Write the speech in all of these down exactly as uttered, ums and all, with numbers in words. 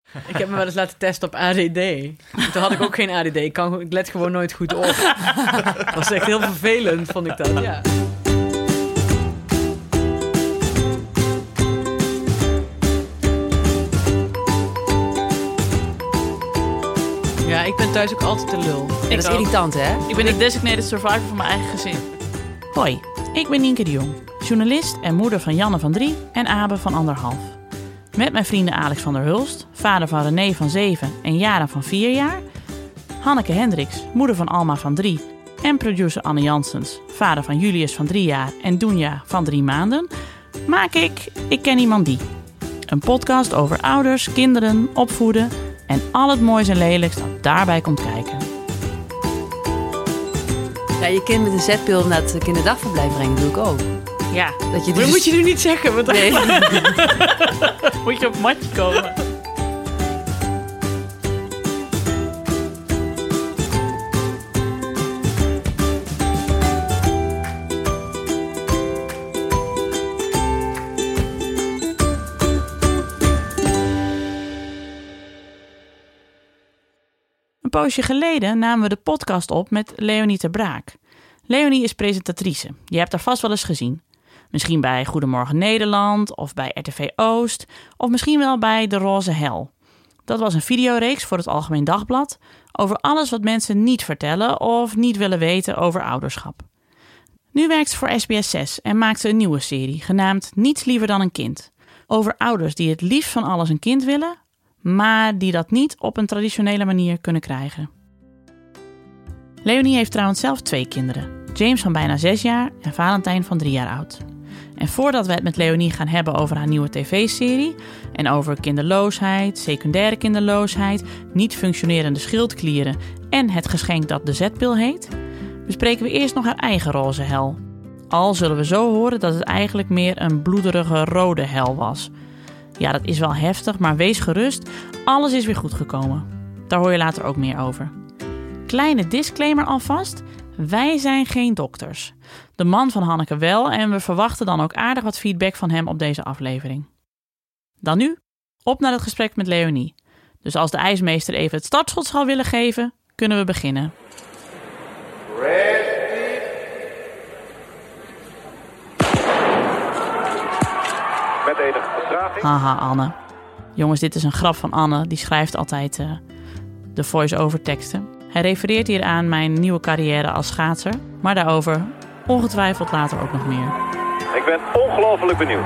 Ik heb me wel eens laten testen op A D D. Toen had ik ook geen A D D. Ik, kan, ik let gewoon nooit goed op. Dat was echt heel vervelend, vond ik dat. Ja. Ja, ik ben thuis ook altijd de lul. Dat is irritant, hè? Ik ben de designated survivor van mijn eigen gezin. Hoi, ik ben Nienke de Jong, journalist en moeder van Janne van drie en Abe van anderhalf. Met mijn vrienden Alex van der Hulst, vader van René van zeven en Jara van vier jaar, Hanneke Hendricks, moeder van Alma van drie en producer Anne Janssens, vader van Julius van drie jaar en Doenja van drie maanden, maak ik Ik Ken Iemand Die. Een podcast over ouders, kinderen, opvoeden en al het moois en lelijks dat daarbij komt kijken. Ja, je kind met een zetpil naar het kinderdagverblijf brengen, doe ik ook. Ja, Dat je Dat dus... moet je nu niet zeggen. Want Nee. moet je op het matje komen. Een poosje geleden namen we de podcast op met Leonie ter Braak. Leonie is presentatrice. Je hebt haar vast wel eens gezien. Misschien bij Goedemorgen Nederland of bij R T V Oost of misschien wel bij De Roze Hel. Dat was een videoreeks voor het Algemeen Dagblad over alles wat mensen niet vertellen of niet willen weten over ouderschap. Nu werkt ze voor S B S zes en maakt ze een nieuwe serie genaamd Niets liever dan een kind. Over ouders die het liefst van alles een kind willen, maar die dat niet op een traditionele manier kunnen krijgen. Leonie heeft trouwens zelf twee kinderen. James van bijna zes jaar en Valentijn van drie jaar oud. En voordat we het met Leonie gaan hebben over haar nieuwe tv-serie en over kinderloosheid, secundaire kinderloosheid, niet functionerende schildklieren en het geschenk dat de zetpil heet, bespreken we eerst nog haar eigen roze hel. Al zullen we zo horen dat het eigenlijk meer een bloederige rode hel was. Ja, dat is wel heftig, maar wees gerust, alles is weer goed gekomen. Daar hoor je later ook meer over. Kleine disclaimer alvast, wij zijn geen dokters. De man van Hanneke wel en we verwachten dan ook aardig wat feedback van hem op deze aflevering. Dan nu, op naar het gesprek met Leonie. Dus als de ijsmeester even het startschot zal willen geven, kunnen we beginnen. Ready. Met enige vertraging. Haha, Anne. Jongens, dit is een grap van Anne. Die schrijft altijd uh, de voice-over teksten. Hij refereert hier aan mijn nieuwe carrière als schaatser. Maar daarover ongetwijfeld later ook nog meer. Ik ben ongelooflijk benieuwd.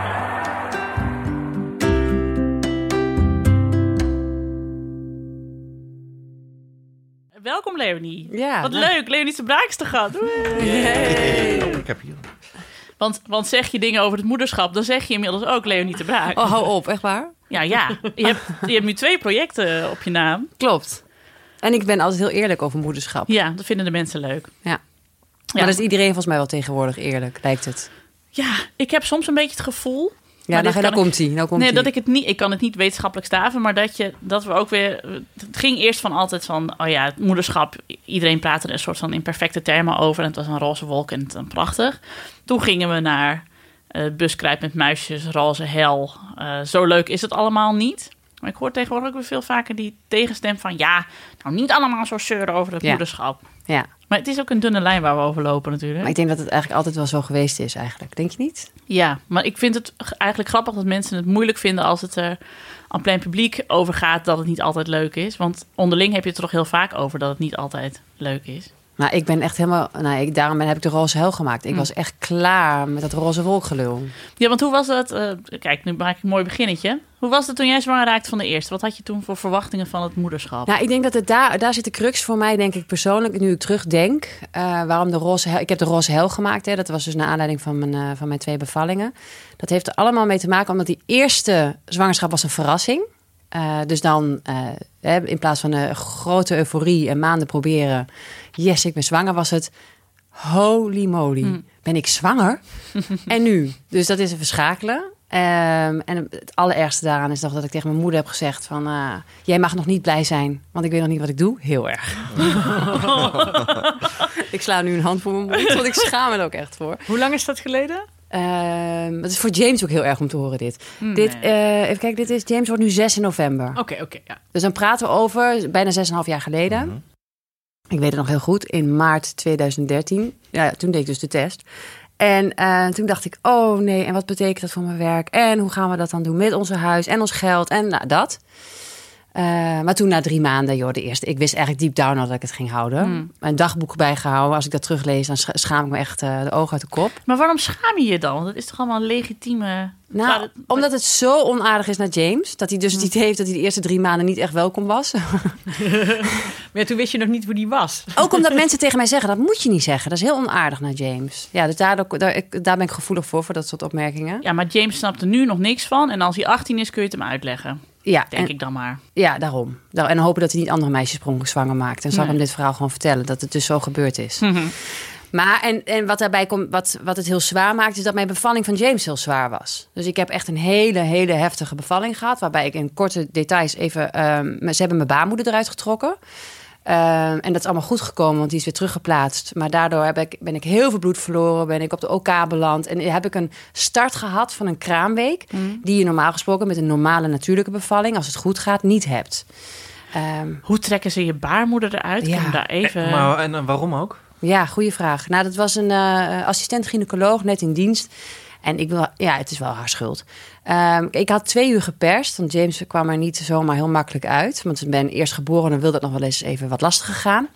Welkom Leonie. Ja, Wat nou. leuk, Leonie ter Braak is te gast. Ik heb hier. Want, want zeg je dingen over het moederschap, dan zeg je inmiddels ook Leonie ter Braak. Oh, hou op, echt waar? Ja, ja. Je hebt, je hebt nu twee projecten op je naam. Klopt. En ik ben altijd heel eerlijk over moederschap. Ja, dat vinden de mensen leuk. Ja. Maar dat is iedereen volgens mij wel tegenwoordig eerlijk, lijkt het. Ja, ik heb soms een beetje het gevoel... Ja, dit nou, kan nou ik- komt hij. Nou komt Nee, ie. dat ik het niet, ik kan het niet wetenschappelijk staven, maar dat je, dat we ook weer, het ging eerst van altijd van, oh ja, het moederschap, iedereen praatte er een soort van in perfecte termen over en het was een roze wolk en het, en prachtig. Toen gingen we naar uh, buskruid met muisjes, roze hel. Uh, zo leuk is het allemaal niet. Maar ik hoor tegenwoordig ook weer veel vaker die tegenstem van, ja, nou niet allemaal zo zeuren over het Ja. moederschap. Ja, Maar het is ook een dunne lijn waar we over lopen natuurlijk. maar ik denk dat het eigenlijk altijd wel zo geweest is eigenlijk. Denk je niet? Ja, maar ik vind het eigenlijk grappig dat mensen het moeilijk vinden als het er aan plein publiek over gaat dat het niet altijd leuk is. Want onderling heb je het er toch heel vaak over dat het niet altijd leuk is. Nou, ik ben echt helemaal... Nou, ik, daarom ben, heb ik de roze hel gemaakt. Ik Mm. was echt klaar met dat roze wolkgelul. Ja, want hoe was dat? uh, kijk, nu maak ik een mooi beginnetje. Hoe was het toen jij zwanger raakte van de eerste? Wat had je toen voor verwachtingen van het moederschap? Nou, ik denk dat het daar, daar zit de crux voor mij, denk ik persoonlijk, nu ik terugdenk. Uh, waarom de roze hel... Ik heb de roze hel gemaakt, hè. Dat was dus naar aanleiding van mijn, uh, van mijn twee bevallingen. Dat heeft er allemaal mee te maken, omdat die eerste zwangerschap was een verrassing. Uh, dus dan, uh, in plaats van een grote euforie en maanden proberen... Yes, ik ben zwanger, was het... Holy moly, Hmm. ben ik zwanger? En nu? Dus dat is een verschakelen. Um, en het allerergste daaraan is nog dat ik tegen mijn moeder heb gezegd van... Uh, jij mag nog niet blij zijn, want ik weet nog niet wat ik doe. Heel erg. Ik sla nu een hand voor mijn mond, want ik schaam me er ook echt voor. Hoe lang is dat geleden? Uh, het is voor James ook heel erg om te horen dit. Nee. dit uh, even kijken, dit is, James wordt nu zes in november. Oké, okay, oké, okay, ja. Dus dan praten we over bijna zes en een half jaar geleden. Mm-hmm. Ik weet het nog heel goed, in maart tweeduizend dertien. Ja, toen deed ik dus de test. En uh, toen dacht ik, oh nee, en wat betekent dat voor mijn werk? En hoe gaan we dat dan doen met onze huis en ons geld en nou, dat. Uh, maar toen na drie maanden, joh, de eerste... Ik wist eigenlijk deep down al dat ik het ging houden. Mm. Een dagboek bijgehouden. Als ik dat teruglees, dan schaam ik me echt uh, de ogen uit de kop. Maar waarom schaam je je dan? Want dat is toch allemaal een legitieme... Nou, het... omdat het zo onaardig is naar James. Dat hij dus mm. het idee heeft dat hij de eerste drie maanden niet echt welkom was. Maar toen wist je nog niet hoe die was. Ook omdat mensen tegen mij zeggen, dat moet je niet zeggen. Dat is heel onaardig naar James. Ja, dus daar, daar, daar ben ik gevoelig voor, voor dat soort opmerkingen. Ja, maar James snapt er nu nog niks van. En als hij achttien is, kun je het hem uitleggen. Ja, denk en, ik dan maar. Ja, daarom. En hopen dat hij niet andere meisjes zwanger maakt. En zal ik nee. hem dit verhaal gewoon vertellen, dat het dus zo gebeurd is. Mm-hmm. Maar en, en wat daarbij komt, wat, wat het heel zwaar maakt, is dat mijn bevalling van James heel zwaar was. Dus ik heb echt een hele, hele heftige bevalling gehad, waarbij ik in korte details even... Um, ze hebben mijn baarmoeder eruit getrokken. Uh, en dat is allemaal goed gekomen, want die is weer teruggeplaatst. Maar daardoor heb ik, ben ik heel veel bloed verloren, ben ik op de O K beland. En heb ik een start gehad van een kraamweek, mm. die je normaal gesproken met een normale natuurlijke bevalling, als het goed gaat, niet hebt. Um, Hoe trekken ze je baarmoeder eruit? Ja. Kun je daar even... Maar, en waarom ook? Ja, goede vraag. Nou, dat was een uh, assistent-gynaecoloog, net in dienst. En ik wil, ja, het is wel haar schuld. Um, ik had twee uur geperst, want James kwam er niet zomaar heel makkelijk uit. Want ik ben eerst geboren en wilde het nog wel eens even wat lastiger gaan.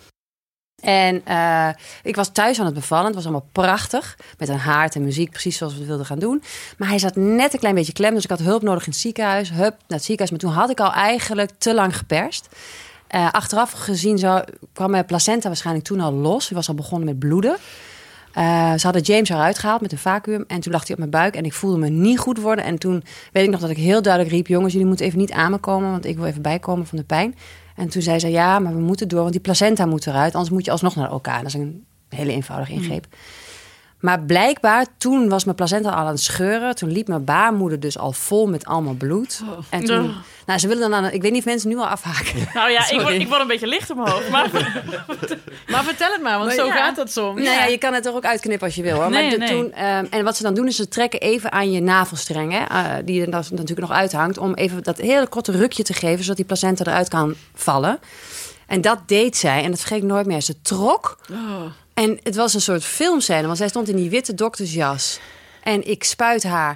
En uh, ik was thuis aan het bevallen. Het was allemaal prachtig. Met een haard en muziek, precies zoals we het wilden gaan doen. Maar hij zat net een klein beetje klem. Dus ik had hulp nodig in het ziekenhuis. Hup, naar het ziekenhuis. Maar toen had ik al eigenlijk te lang geperst. Uh, achteraf gezien zou, kwam mijn placenta waarschijnlijk toen al los. Hij was al begonnen met bloeden. Uh, ze hadden James eruit gehaald met een vacuüm. En toen lag hij op mijn buik en ik voelde me niet goed worden. En toen weet ik nog dat ik heel duidelijk riep... jongens, jullie moeten even niet aan me komen... want ik wil even bijkomen van de pijn. En toen zei ze, ja, maar we moeten door... want die placenta moet eruit, anders moet je alsnog naar elkaar. Dat is een hele eenvoudige ingreep. Mm. Maar blijkbaar, toen was mijn placenta al aan het scheuren. Toen liep mijn baarmoeder dus al vol met allemaal bloed. Oh. En toen, oh. nou, ze willen dan, ik weet niet of mensen nu al afhaken. Nou ja, ik word, ik word een beetje licht op mijn hoofd. Maar, maar vertel het maar, want maar zo ja. gaat dat soms. Nou ja, je kan het er ook uitknippen als je wil. Hoor. Nee, maar de, nee. toen, um, en wat ze dan doen, is ze trekken even aan je navelstreng. Hè, uh, die er dan natuurlijk nog uithangt. Om even dat hele korte rukje te geven, zodat die placenta eruit kan vallen. En dat deed zij. En dat vergeet ik nooit meer. Ze trok. Oh. En het was een soort filmscène, want zij stond in die witte doktersjas. En ik spuit haar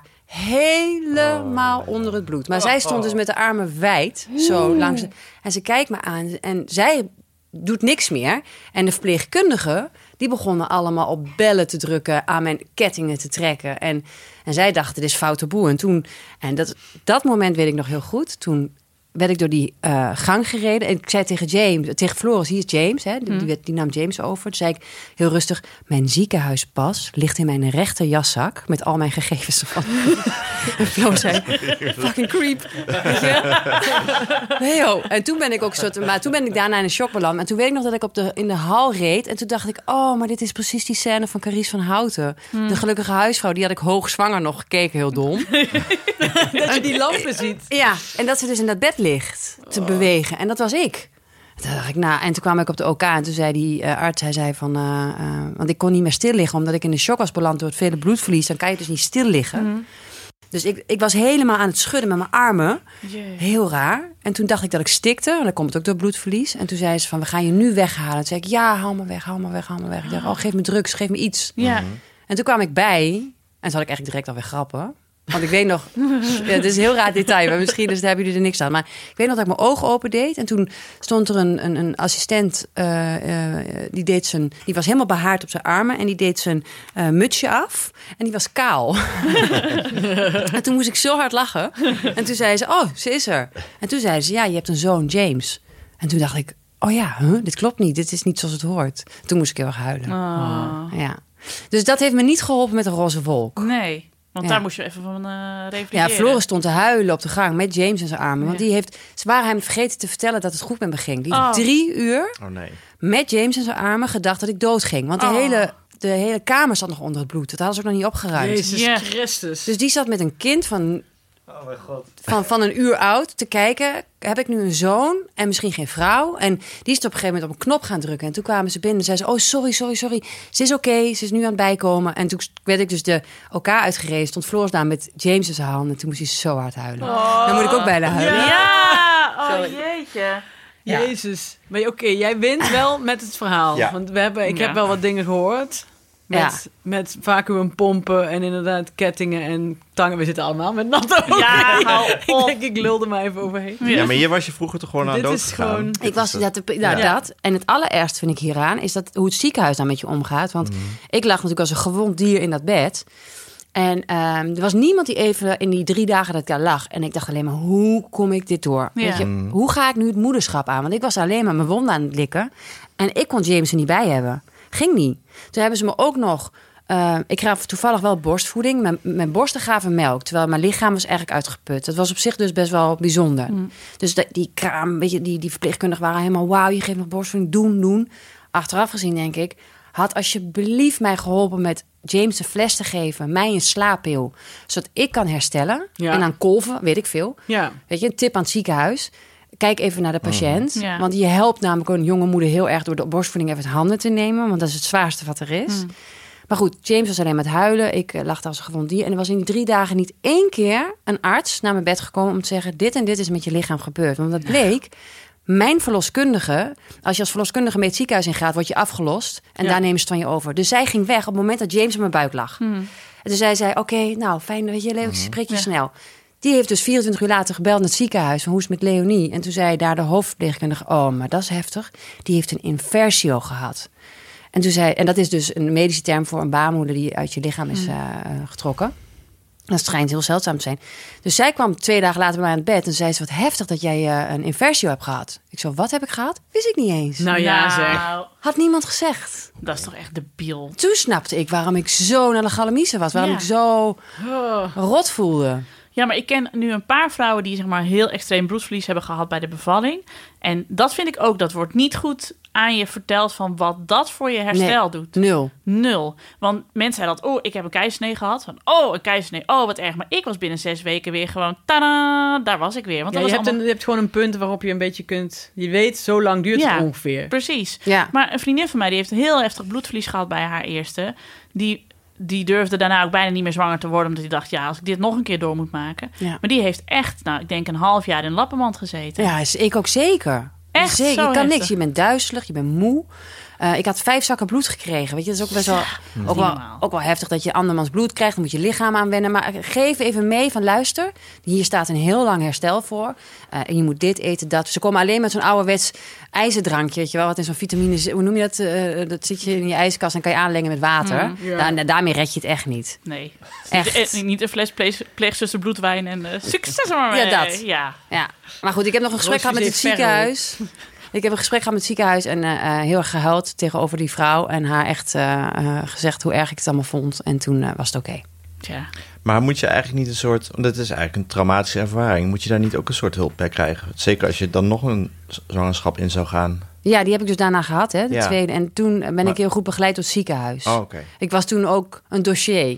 helemaal oh, onder het bloed. Maar oh, zij stond oh. dus met de armen wijd, zo langs. En ze kijkt me aan en zij doet niks meer. En de verpleegkundigen, die begonnen allemaal op bellen te drukken, aan mijn kettingen te trekken. En, en zij dachten, dit is foute boel. En toen, en dat, dat moment weet ik nog heel goed, toen werd ik door die uh, gang gereden. En ik zei tegen James, tegen Floris, hier is James. Hè, die, die, die nam James over. Toen zei ik heel rustig, mijn ziekenhuispas ligt in mijn rechter jaszak met al mijn gegevens ervan. En Floris zei, fucking creep. Weet je? Nee, joh. En toen ben ik ook soort, maar toen ben ik daarna in een shock beland. En toen weet ik nog dat ik op de, in de hal reed. En toen dacht ik, oh, maar dit is precies die scène van Carice van Houten. Hmm. De gelukkige huisvrouw, die had ik hoogzwanger nog gekeken, heel dom. Dat je die lampen ziet. Ja, en dat ze dus in dat bed ligt te oh. bewegen. En dat was ik. Toen dacht ik, nou, en toen kwam ik op de O K en toen zei die uh, arts, hij zei van, uh, uh, want ik kon niet meer stil liggen, omdat ik in de shock was beland door het vele bloedverlies. Dan kan je dus niet stil liggen. Mm. Dus ik, ik was helemaal aan het schudden met mijn armen. Yeah. Heel raar. En toen dacht ik dat ik stikte. En dan komt het ook door bloedverlies. En toen zei ze van, we gaan je nu weghalen. Toen zei ik, ja, haal me weg, haal me weg, haal me weg. Ik dacht, oh, geef me drugs, geef me iets. Yeah. Mm-hmm. En toen kwam ik bij. En toen had ik eigenlijk direct alweer grappen. Want ik weet nog, ja, het is een heel raar detail, maar misschien dus, hebben jullie er niks aan. Maar ik weet nog dat ik mijn ogen open deed. En toen stond er een, een, een assistent, uh, uh, die, deed zijn, die was helemaal behaard op zijn armen. En die deed zijn uh, mutsje af. En die was kaal. En toen moest ik zo hard lachen. En toen zei ze, oh, ze is er. En toen zei ze, ja, je hebt een zoon, James. En toen dacht ik, oh ja, huh, dit klopt niet. Dit is niet zoals het hoort. Toen moest ik heel erg huilen. Oh. Ja. Dus dat heeft me niet geholpen met de roze wolk. Nee. Want ja. daar moest je even van uh, revalideren. Ja, Floris stond te huilen op de gang met James in zijn armen. Ja. Want die heeft, ze waren hem vergeten te vertellen dat het goed met me ging. Die heeft oh. drie uur oh, nee. met James in zijn armen gedacht dat ik dood ging. Want de, oh. hele, de hele kamer zat nog onder het bloed. Dat hadden ze ook nog niet opgeruimd. Jezus yeah. Christus. Dus die zat met een kind van Oh mijn god. Van, van een uur oud te kijken, heb ik nu een zoon en misschien geen vrouw? En die is op een gegeven moment op een knop gaan drukken. En toen kwamen ze binnen en zeiden ze, oh sorry, sorry, sorry. Ze is oké, okay, ze is nu aan het bijkomen. En toen werd ik dus de OK uitgereden. Stond Floris daar met James in zijn hand. En toen moest hij zo hard huilen. Oh. Dan moet ik ook bijna huilen. Ja, ja. Oh Sorry. jeetje. Ja. Jezus. Maar oké, okay, jij wint wel met het verhaal. Ja. Want we hebben, ik Ja. heb wel wat dingen gehoord. Met, Ja. met vacuümpompen en inderdaad kettingen en tangen. We zitten allemaal met natte ogen. Ja, hou Ik op. denk, ik lulde maar even overheen. Ja, maar hier was je vroeger toch gewoon aan Dit dood is gegaan? gewoon- Dit Ik was is dat, het. nou, Ja. dat. En het allerergste vind ik hieraan is dat hoe het ziekenhuis daar met je omgaat. Want ik lag natuurlijk als een gewond dier in dat bed. En ehm, er was niemand die even in die drie dagen dat ik daar lag. En ik dacht alleen maar, hoe kom ik dit door? Ja. Weet je, hoe ga ik nu het moederschap aan? Want ik was alleen maar mijn wonden aan het likken. En ik kon James er niet bij hebben. Ging niet. Toen hebben ze me ook nog... Uh, ik gaf toevallig wel borstvoeding. Mijn, mijn borsten gaven melk, terwijl mijn lichaam was eigenlijk uitgeput. Dat was op zich dus best wel bijzonder. Mm. Dus de, die kraam, weet je, die, die verpleegkundigen waren helemaal... wauw, je geeft nog borstvoeding, doen, doen. Achteraf gezien denk ik... had alsjeblieft mij geholpen met James een fles te geven... mij een slaappil, zodat ik kan herstellen. Ja. En aan kolven, weet ik veel. Ja. Weet je, een tip aan het ziekenhuis... Kijk even naar de patiënt. Ja. Want je helpt namelijk een jonge moeder heel erg... door de borstvoeding even het handen te nemen. Want dat is het zwaarste wat er is. Mm. Maar goed, James was alleen met huilen. Ik uh, lag daar als een gewond dier. En er was in die drie dagen niet één keer een arts naar mijn bed gekomen... om te zeggen, dit en dit is met je lichaam gebeurd. Want dat bleek, mijn verloskundige... als je als verloskundige mee het ziekenhuis ingaat... word je afgelost en Ja. daar nemen ze het van je over. Dus zij ging weg op het moment dat James in mijn buik lag. Mm. En toen zei zij, oké, okay, nou, fijn, weet je, Leo, ik spreek je ja. snel. Die heeft dus vierentwintig uur later gebeld naar het ziekenhuis... van hoe is het met Leonie? En toen zei daar de hoofdverpleegkundige... oh, maar dat is heftig. Die heeft een inversio gehad. En toen zei, en dat is dus een medische term voor een baarmoeder... die uit je lichaam is uh, getrokken. Dat schijnt heel zeldzaam te zijn. Dus zij kwam twee dagen later bij mij aan het bed... en zei ze, wat heftig dat jij uh, een inversio hebt gehad. Ik zo, wat heb ik gehad? Wist ik niet eens. Nou ja, zeg. Nou, Had niemand gezegd. dat is toch echt debiel. Toen snapte ik waarom ik zo naar de galamiezen was. Waarom Ja. ik zo Oh. rot voelde. Ja, maar ik ken nu een paar vrouwen die zeg maar heel extreem bloedverlies hebben gehad bij de bevalling. En dat vind ik ook, dat wordt niet goed aan je verteld van wat dat voor je herstel Nee, doet. Nul. Nul. Want mensen zeiden dat, oh, ik heb een keizersnee gehad. Van, oh, een keizersnee, oh, wat erg. Maar ik was binnen zes weken weer gewoon, tada, daar was ik weer. Want Ja, dat je, was hebt allemaal... een, je hebt gewoon een punt waarop je een beetje kunt... Je weet, zo lang duurt Ja. het ongeveer. Precies. Ja. Maar een vriendin van mij, die heeft een heel heftig bloedverlies gehad bij haar eerste. Die, die durfde daarna ook bijna niet meer zwanger te worden. Omdat hij dacht, ja, als ik dit nog een keer door moet maken. Ja. Maar die heeft echt, nou, ik denk een half jaar in lappenmand gezeten. Ja, is- ik ook zeker. Echt zeker. zo Je kan heftig. niks. Je bent duizelig, je bent moe. Uh, ik had vijf zakken bloed gekregen. Weet je, dat is ook best wel, ook wel, normaal. ook wel heftig dat je andermans bloed krijgt. Dan moet je lichaam aanwennen. Maar geef even mee van luister. Hier staat een heel lang herstel voor. Uh, en je moet dit eten, dat. Ze komen alleen met zo'n ouderwets ijzerdrankje. Weet je wel, wat in zo'n vitamine... Hoe noem je dat? Uh, dat zit je in je ijskast en kan je aanlengen met water. Mm, ja. Daar, daarmee red je het echt niet. Nee. Echt. Niet, eh, niet een fles pleeg, pleegzuster bloedwijn en uh, succes er maar mee. Ja, dat. Ja. Ja. Maar goed, ik heb nog een gesprek gehad met het Roosje zegt Ferro. ziekenhuis. Ik heb een gesprek gehad met het ziekenhuis en uh, uh, heel erg gehuild tegenover die vrouw. En haar echt uh, uh, gezegd hoe erg ik het allemaal vond. En toen uh, was het oké. Okay. Tja. Maar moet je eigenlijk niet een soort... Want dat is eigenlijk een traumatische ervaring. Moet je daar niet ook een soort hulp bij krijgen? Zeker als je dan nog een zwangerschap in zou gaan. Ja, die heb ik dus daarna gehad, hè, de Ja. tweede. En toen ben Maar- ik heel goed begeleid door het ziekenhuis. Oh, oké. Okay. Ik was toen ook een dossier.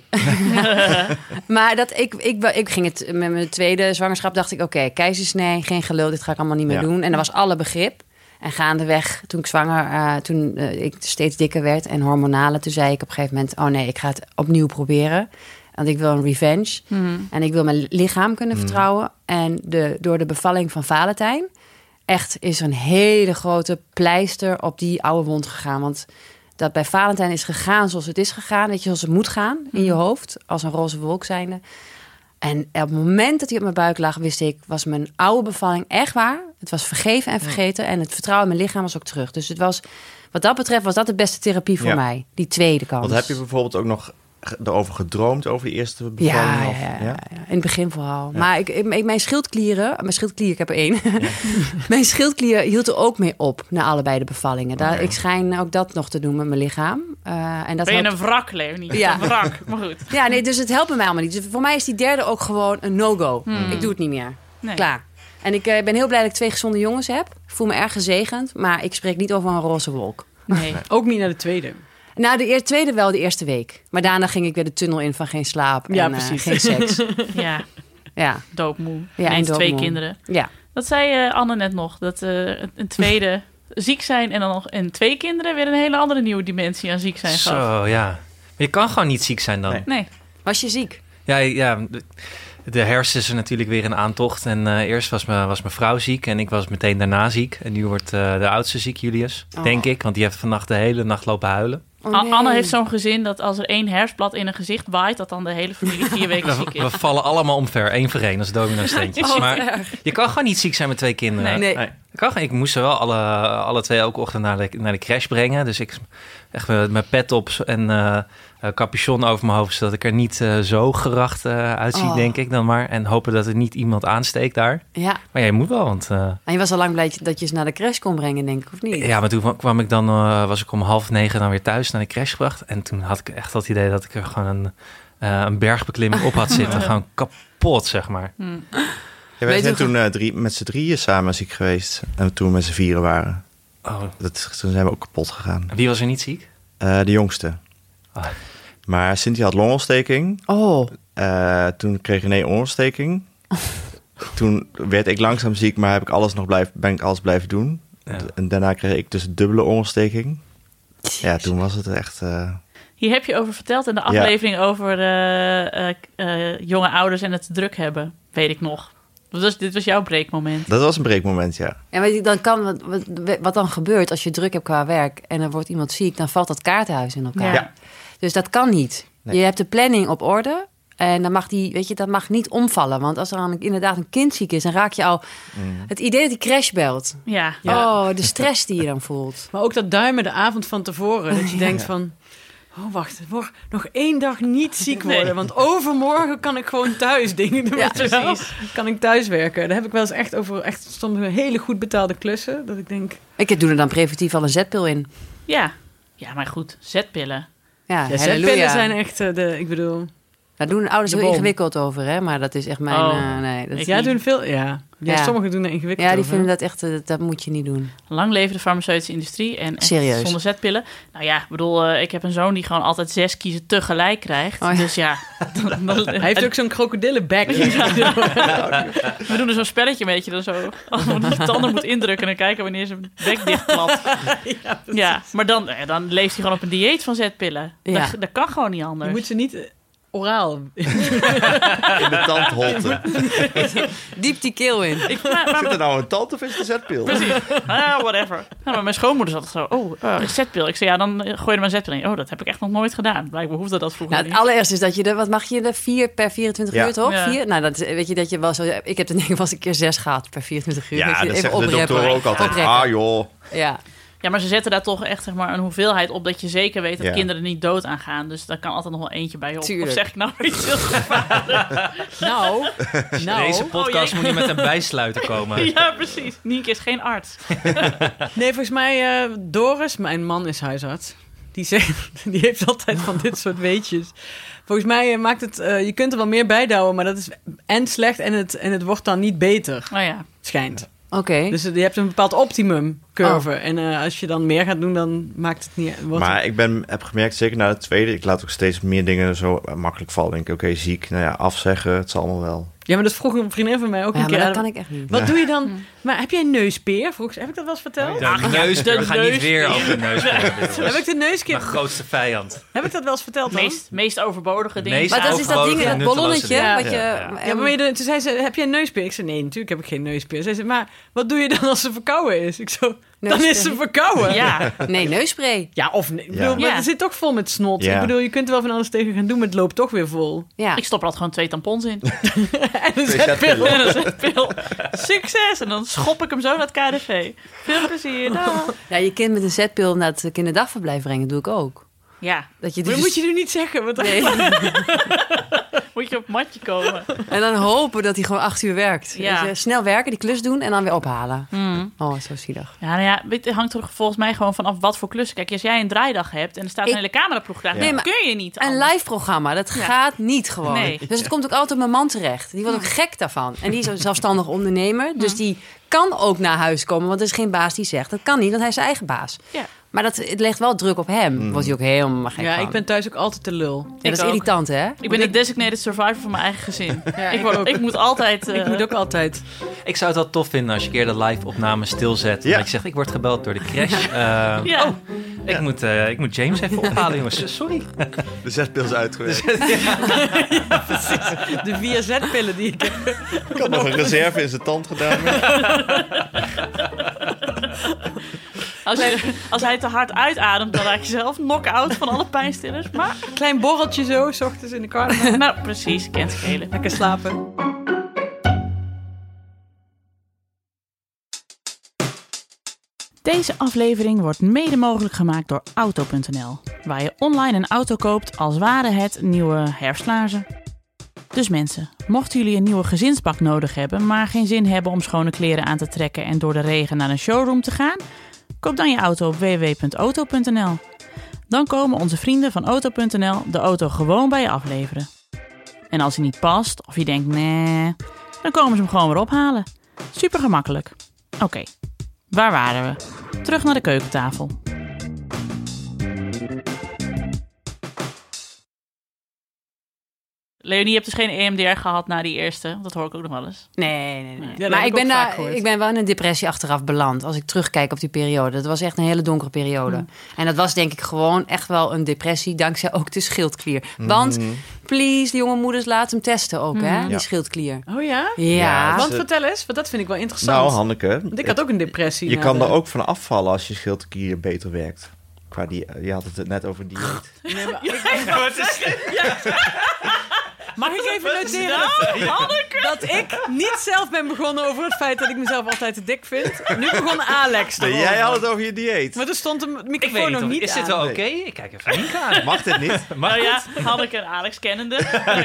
Maar dat, ik, ik, ik ging het met mijn tweede zwangerschap, dacht ik, oké, okay, keizersnee, geen gelul, dit ga ik allemaal niet meer Ja. doen. En er was alle begrip. En gaandeweg, toen ik zwanger, uh, toen uh, ik steeds dikker werd en hormonale, toen zei ik op een gegeven moment, oh nee, ik ga het opnieuw proberen. Want ik wil een revenge. Hmm. En ik wil mijn lichaam kunnen Hmm. vertrouwen. En de, door de bevalling van Valentijn, echt is er een hele grote pleister op die oude wond gegaan. Want dat bij Valentijn is gegaan zoals het is gegaan. Weet je, zoals het moet gaan in je hoofd. Als een roze wolk zijnde. En op het moment dat hij op mijn buik lag, wist ik, was mijn oude bevalling echt waar. Het was vergeven en vergeten. En het vertrouwen in mijn lichaam was ook terug. Dus het was, wat dat betreft, was dat de beste therapie voor Ja. mij. Die tweede kans. Want heb je bijvoorbeeld ook nog ge- erover gedroomd, over die eerste bevalling? Ja, ja, of- ja, ja, in het begin vooral. Ja. Maar ik, ik, mijn schildklieren, mijn schildklier, ik heb er één. Ja. Mijn schildklier hield er ook mee op na allebei de bevallingen. Daar, Okay. Ik schijn ook dat nog te doen met mijn lichaam. Uh, en dat Ben je helpt... een wrak, Leonie? Ja. Een wrak, maar goed. Ja, nee, dus het helpt me mij allemaal niet. Dus voor mij is die derde ook gewoon een no-go. Hmm. Ik doe het niet meer. Nee. Klaar. En ik uh, ben heel blij dat ik twee gezonde jongens heb. Ik voel me erg gezegend, maar ik spreek niet over een roze wolk. Nee. Ook niet naar de tweede. Nou, de eer- tweede wel, de eerste week. Maar daarna ging ik weer de tunnel in van geen slaap en Ja, uh, precies. geen seks. Ja. Ja, doodmoe. Ja, Ineens en twee doodmoe. kinderen. ja. Dat zei uh, Anne net nog. Dat uh, een tweede ziek zijn en dan nog en twee kinderen weer een hele andere nieuwe dimensie aan ziek zijn gaf. Zo, ja. Maar je kan gewoon niet ziek zijn dan. Nee. Nee. Was je ziek? Ja, ja de, de herfst is er natuurlijk weer een aantocht. En uh, eerst was, me, was mijn vrouw ziek en ik was meteen daarna ziek. En nu wordt uh, de oudste ziek, Julius, Oh. denk ik. Want die heeft vannacht de hele nacht lopen huilen. Oh, A- nee. Anne heeft zo'n gezin dat als er één herfstblad in een gezicht waait, dat dan de hele familie vier weken ziek We, is. we vallen allemaal omver, één voor één, als domino-steentjes. Oh, maar erg. je kan gewoon niet ziek zijn met twee kinderen. Nee. Nee. Nee. Ik, kan, gewoon- ik moest ze wel alle, alle twee elke ochtend naar de, naar de crash brengen. Dus ik echt met mijn pet op en uh, capuchon over mijn hoofd, zodat ik er niet uh, zo geracht uh, uitzie, Oh. denk ik dan maar. En hopen dat er niet iemand aansteekt daar. Ja, Maar ja, je moet wel, want... Uh, en je was al lang blij dat je ze naar de crash kon brengen, denk ik, of niet? ja, maar toen kwam ik dan, uh, was ik om half negen dan weer thuis naar de crash gebracht. En toen had ik echt dat idee dat ik er gewoon een, uh, een bergbeklimming op had zitten. Gewoon kapot, zeg maar. Hm. Ja, wij Weet zijn je toen uh, drie, met z'n drieën samen ziek geweest. En toen we met z'n vieren waren. Oh, Dat, toen zijn we ook kapot gegaan. wie was er niet ziek? Uh, de jongste. Ah. Maar Cynthia had longontsteking. Oh, Uh, toen kreeg René oorontsteking. Toen werd ik langzaam ziek, maar heb ik alles nog blijf, ben ik alles blijven doen. Ja. En daarna kreeg ik dus dubbele oorontsteking. Ja, toen was het echt... Uh, Hier heb je over verteld in de aflevering over uh, uh, uh, jonge ouders en het te druk hebben. Weet ik nog. Dat was, dit was jouw breekmoment. dat was een breekmoment, ja. en weet je, dan kan, wat, wat, wat dan gebeurt als je druk hebt qua werk en er wordt iemand ziek, dan valt dat kaartenhuis in elkaar. Ja. Dus dat kan niet. Nee. Je hebt de planning op orde en dan mag die, weet je, dat mag niet omvallen. Want als er dan inderdaad een kind ziek is, dan raak je al Mm. het idee dat die crash belt. Ja. Oh, de stress die je dan voelt. Maar ook dat duimen de avond van tevoren. Dat je denkt van... Oh, wacht. Ik word nog één dag niet ziek worden. Nee. Want overmorgen kan ik gewoon thuis dingen doen. Ja, weet je wel. precies. Kan ik thuis werken. Daar heb ik wel eens echt over... Echt soms hele goed betaalde klussen. Dat ik denk... Ik doe er dan preventief al een zetpil in. Ja. Ja, maar goed. Zetpillen. Ja, Ja, halleluja. zetpillen zijn echt uh, de... Ik bedoel... Daar doen ouders De heel bom. ingewikkeld over, hè? Maar dat is echt mijn... Oh. uh, nee, dat Ik Ja, niet. doen veel... Ja. Ja, Ja. sommigen doen er ingewikkeld ja, die over. vinden dat echt... uh, dat moet je niet doen. Lang leven de farmaceutische industrie. En echt Serieus? zonder zetpillen. Nou ja, ik bedoel, uh, ik heb een zoon die gewoon altijd zes kiezen tegelijk krijgt. Oh ja. Dus ja. Dan, dan- Hij heeft ook zo'n krokodillenbek. We doen er zo'n spelletje met je. Dan zo, als we die tanden moet indrukken en dan kijken wanneer zijn bek dichtklapt. ja, Ja, maar dan, eh, dan leeft hij gewoon op een dieet van zetpillen. Ja. Dat, dat kan gewoon niet Je anders. moet ze niet... uh, oraal. In de tandholte. Diep die keel in. Ik, maar, maar, Zit er nou een tand of is het een zetpil? Precies. Ah, whatever. Nou, maar mijn schoonmoeder zat zo. Oh, uh, een zetpil. Ik zei, ja, dan gooi je er maar een zetpil in. Oh, dat heb ik echt nog nooit gedaan. Blijkbaar hoefde dat vroeger Nou, het niet. allereerste is dat je er... Wat mag je er? Vier per vierentwintig Ja. uur, toch? Ja. Vier? Nou, dat is, weet je dat je wel zo... Ik heb er denk ik wel eens een keer zes gehad per vierentwintig uur. Ja, je dat zeggen de doktoren ook altijd. Oprekken. Ah joh. Ja. Ja, maar ze zetten daar toch echt zeg maar, een hoeveelheid op... dat je zeker weet dat Ja. kinderen niet dood aangaan. Dus daar kan altijd nog wel eentje bij op. Tuurlijk. Of zeg ik nou iets heel gevaarlijks? Nou, nou. Deze podcast oh, moet niet met een bijsluiter komen. Ja, precies. Nienke is geen arts. Nee, volgens mij, uh, Doris, mijn man is huisarts. Die, zegt, die heeft altijd van dit soort weetjes. Volgens mij uh, maakt het... Uh, je kunt er wel meer bij douwen, maar dat is en slecht en het, en het wordt dan niet beter. Oh ja. Schijnt. Oké. Dus uh, je hebt een bepaald optimum curve. En uh, als je dan meer gaat doen, dan maakt het niet... Wordt Maar het... ik ben, heb gemerkt, zeker na de tweede... Ik laat ook steeds meer dingen zo makkelijk vallen. Denk ik, oké, okay, ziek. Nou ja, afzeggen. Het zal allemaal wel. Ja, maar dat vroeg een vriendin van mij ook Ja, een maar keer. dat kan ik echt niet. Wat Ja. doe je dan? Maar heb jij een neuspeer? Vroeg ze. Heb ik dat wel eens verteld? De neuspeer. We gaan niet neuspeer. weer over de neuspeer. Heb ik de neuskeer... Mijn grootste vijand. Heb ik dat wel eens verteld dan? Meest, meest overbodige dingen. Meest Maar dat is dat overbodige ding, en dat nutteloze ballonnetje, dingen. wat je... Ja. Ja, maar je, toen zei ze, heb jij een neuspeer? Ik zei, nee, natuurlijk heb ik geen neuspeer. Zij zei, maar wat doe je dan als ze verkouden is? Ik zo, dan Neuspeer. is ze verkouden. Ja. Nee, neusspray. Ja, of nee. Ik Ja. bedoel, maar Ja. het zit toch vol met snot. Ja. Ik bedoel, je kunt er wel van alles tegen gaan doen, maar het loopt toch weer vol. Ja. Ik stop er altijd gewoon twee tampons in. En een Twee zetpil. zetpillen. En een zetpil. Succes! En dan schop ik hem zo naar het K D V. Veel plezier. Dag. ja, je kind met een zetpil naar het kinderdagverblijf brengen, doe ik ook. Ja, Dat je Maar dus... dat moet je nu niet zeggen. Want Nee. moet je op het matje komen. En dan hopen dat hij gewoon acht uur werkt. Ja. Dus, uh, snel werken, die klus doen en dan weer ophalen. Hmm. Oh, zo zielig. Ja, nou ja, het hangt er volgens mij gewoon vanaf wat voor klussen. Kijk, als jij een draaidag hebt en er staat Ik- een hele cameraploeg klaar, Ja. dan Nee, maar kun je niet Een anders. live programma, dat Ja. gaat niet gewoon. Nee. Dus het komt ook altijd op mijn man terecht. Die wordt ook gek daarvan. En die is een zelfstandig ondernemer. Dus die kan ook naar huis komen, want er is geen baas die zegt. Dat kan niet, want hij is zijn eigen baas. Ja. Maar dat, het legt wel druk op hem. Mm. Wordt hij ook helemaal gek Ja, van. ik ben thuis ook altijd de lul. Ja, dat is ook. irritant, hè? Ik ben de designated survivor van mijn eigen gezin. Ja, ik, ik word, ook. ik moet altijd... eh, Ik moet ook altijd. Ik zou het wel tof vinden als je een keer de live-opname stilzet. Ja. Dat je zegt, ik word gebeld door de crash. Uh, Ja. Oh, ik, moet, uh, ik moet James even ophalen, jongens. Sorry. De zes pils uitgewerkt. De vier Z-pillen die ik heb. Ik had nog een reserve in zijn tand gedaan. Als, je, als hij te hard uitademt, dan raak je zelf knock-out van alle pijnstillers. Maar, Klein borreltje zo, 's ochtends in de kar. nou, precies, kent schelen. Lekker slapen. Deze aflevering wordt mede mogelijk gemaakt door Auto punt n l, waar je online een auto koopt als ware het nieuwe herfstlaarzen. Dus mensen, mochten jullie een nieuwe gezinspak nodig hebben, maar geen zin hebben om schone kleren aan te trekken en door de regen naar een showroom te gaan, koop dan je auto op w w w punt auto punt n l. Dan komen onze vrienden van Auto punt n l de auto gewoon bij je afleveren. En als hij niet past of je denkt nee, dan komen ze hem gewoon weer ophalen. Super gemakkelijk. Oké. Okay. Waar waren we? Terug naar de keukentafel. Leonie, je hebt dus geen E M D R gehad na die eerste. Dat hoor ik ook nog wel eens. Nee, nee, nee. Ja, dat maar heb ik ik ben, ook vaak daar, gehoord. ik ben wel in een depressie achteraf beland. Als ik terugkijk op die periode. Dat was echt een hele donkere periode. Mm. En dat was denk ik gewoon echt wel een depressie. Dankzij ook de schildklier. Want, please, de jonge moeders, laat hem testen ook, hè? Die Ja. schildklier. Oh ja? Ja. Ja, Want ze- vertel eens, want dat vind ik wel interessant. Nou, Hanneke. Want ik had ook een depressie. Je na kan de- er ook van afvallen als je schildklier beter werkt. Qua die, je had het net over dieet. Nee, maar Mag ik even noteren dat, dat ik niet zelf ben begonnen over het feit dat ik mezelf altijd te dik vind. Nu begon Alex Nee, erover. jij had het over je dieet. Maar er stond een Ik weet microfoon niet, nog of- niet is dit aan. wel Nee. oké? Ik kijk even Nienke aan. Mag dit niet? Nou ja, Hanneke en Alex kennende.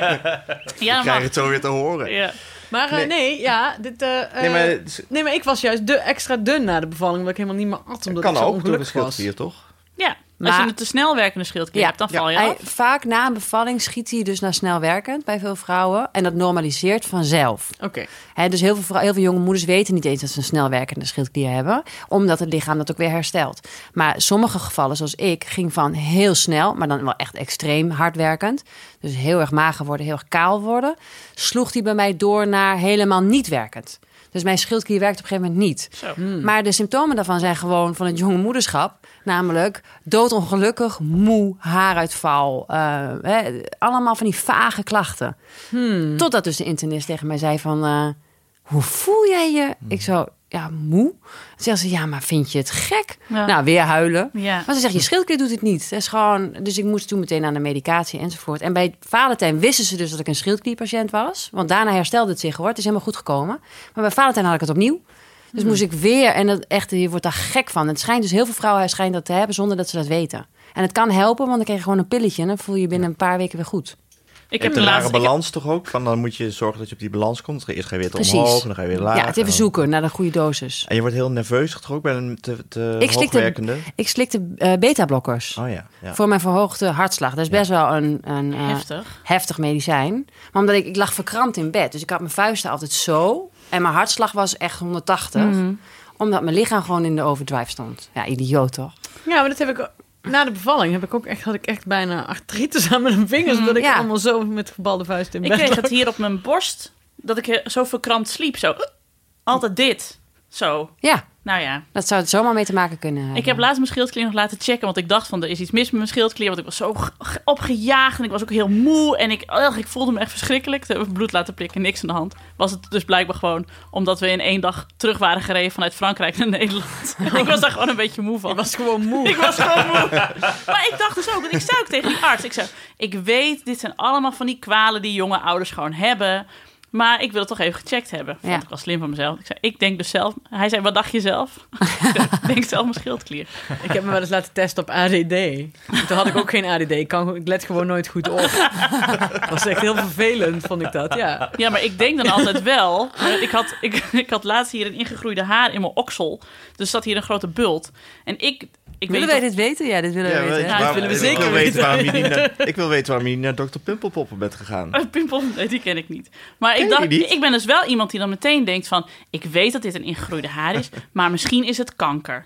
Ja, Ik krijg mag. het zo weer te horen. Ja. Maar uh, Nee. nee, ja, dit, uh, uh, Nee, maar het nee, maar ik was juist de extra dun na de bevalling, omdat ik helemaal niet meer at, omdat kan ik zo ook door de ongelukkig was. schildklier, toch? ja, als Maar- je een te snel werkende schildklier Ja. hebt, dan Ja. val je Hij, af. vaak na een bevalling schiet hij dus naar snel werkend bij veel vrouwen. En dat normaliseert vanzelf. Oké. Hè, dus heel veel, vrou- heel veel jonge moeders weten niet eens dat ze een snel werkende schildklier hebben. Omdat het lichaam dat ook weer herstelt. Maar sommige gevallen, zoals ik, ging van heel snel, maar dan wel echt extreem hard werkend. Dus heel erg mager worden, heel erg kaal worden. Sloeg die bij mij door naar helemaal niet werkend. Dus mijn schildklier werkt op een gegeven moment niet. Zo. Maar de symptomen daarvan zijn gewoon van het jonge moederschap. Namelijk doodongelukkig, moe, haaruitval. eh, hè, allemaal van die vage klachten. Totdat dus de internist tegen mij zei van... eh, hoe voel jij je? Ik zo, ja, moe. Toen zei ze, ja, maar vind je het gek? Ja. Nou, weer huilen. Ja. Maar ze zegt, je schildklier doet het niet. Dat is gewoon, dus ik moest toen meteen aan de medicatie enzovoort. En bij Valentijn wisten ze dus dat ik een schildklierpatiënt was. Want daarna herstelde het zich hoor. Het is helemaal goed gekomen. Maar bij Valentijn had ik het opnieuw. Dus moest ik weer, en dat echt, je wordt daar gek van. Het schijnt dus heel veel vrouwen schijnt dat te hebben zonder dat ze dat weten. En het kan helpen, want dan krijg je gewoon een pilletje en dan voel je je binnen een paar weken weer goed. Ik Je heb hebt de een rare laatste... ik balans toch ook? Van, dan moet je zorgen dat je op die balans komt. Eerst ga je weer te Precies. omhoog, en dan ga je weer laag. ja, het even en- zoeken naar de goede dosis. En je wordt heel nerveus toch ook bij een te, te Ik slikte- hoogwerkende? Ik slikte eh, beta-blokkers Oh ja, ja. voor mijn verhoogde hartslag. Dat is best wel een, een eh, Heftig. heftig medicijn. Maar omdat ik, ik lag verkrampt in bed, dus ik had mijn vuisten altijd zo. En mijn hartslag was echt honderdtachtig. Omdat mijn lichaam gewoon in de overdrive stond. Ja, idioot toch? Ja, maar dat heb ik... Na de bevalling heb ik ook echt, had ik echt bijna artritis aan mijn vingers. Omdat ik Ja. allemaal zo met gebalde vuist in Ik bed kreeg lag. het hier op mijn borst, dat ik zo verkrampt sliep. Zo, altijd dit. Zo. Ja, Nou ja. dat zou het zomaar mee te maken kunnen hebben. Ik heb laatst mijn schildklier nog laten checken, want ik dacht van, er is iets mis met mijn schildklier, want ik was zo g- g- opgejaagd en ik was ook heel moe en ik, ugh, ik voelde me echt verschrikkelijk. Toen heb ik bloed laten prikken, niks aan de hand. Was het dus blijkbaar gewoon omdat we in één dag terug waren gereden vanuit Frankrijk naar Nederland. Ik was daar gewoon een beetje moe van. Ik was gewoon moe. Ik was gewoon moe. Maar ik dacht dus ook, want ik zei ook tegen die arts, ik zei, ik weet, dit zijn allemaal van die kwalen die jonge ouders gewoon hebben. Maar ik wil het toch even gecheckt hebben. Vond Ja. ik wel slim van mezelf. Ik zei, ik denk dus zelf... Hij zei, wat dacht je zelf? Ik denk zelf mijn schildklier. Ik heb me wel eens laten testen op A D D. Toen had ik ook geen A D D. Ik, kan, ik let gewoon nooit goed op. Dat was echt heel vervelend, vond ik dat. Ja. Ja, maar ik denk dan altijd wel... eh, Ik had, ik, ik had laatst hier een ingegroeide haar in mijn oksel. Dus zat hier een grote bult. En ik... ik Willen weet wij niet dit weten? Ja, dit willen Ja, we weten. weet je hè? Ja, waarom- willen we ik zeker wil weten. weten. Waarom je niet naar, ik wil weten waarom je niet naar dokter Pimpelpoppen bent gegaan. of- Pimpel, nee, die ken ik niet. Maar Ken ik je dacht, die niet? ik ben dus wel iemand die dan meteen denkt van... Ik weet dat dit een ingegroeide haar is, maar misschien is het kanker.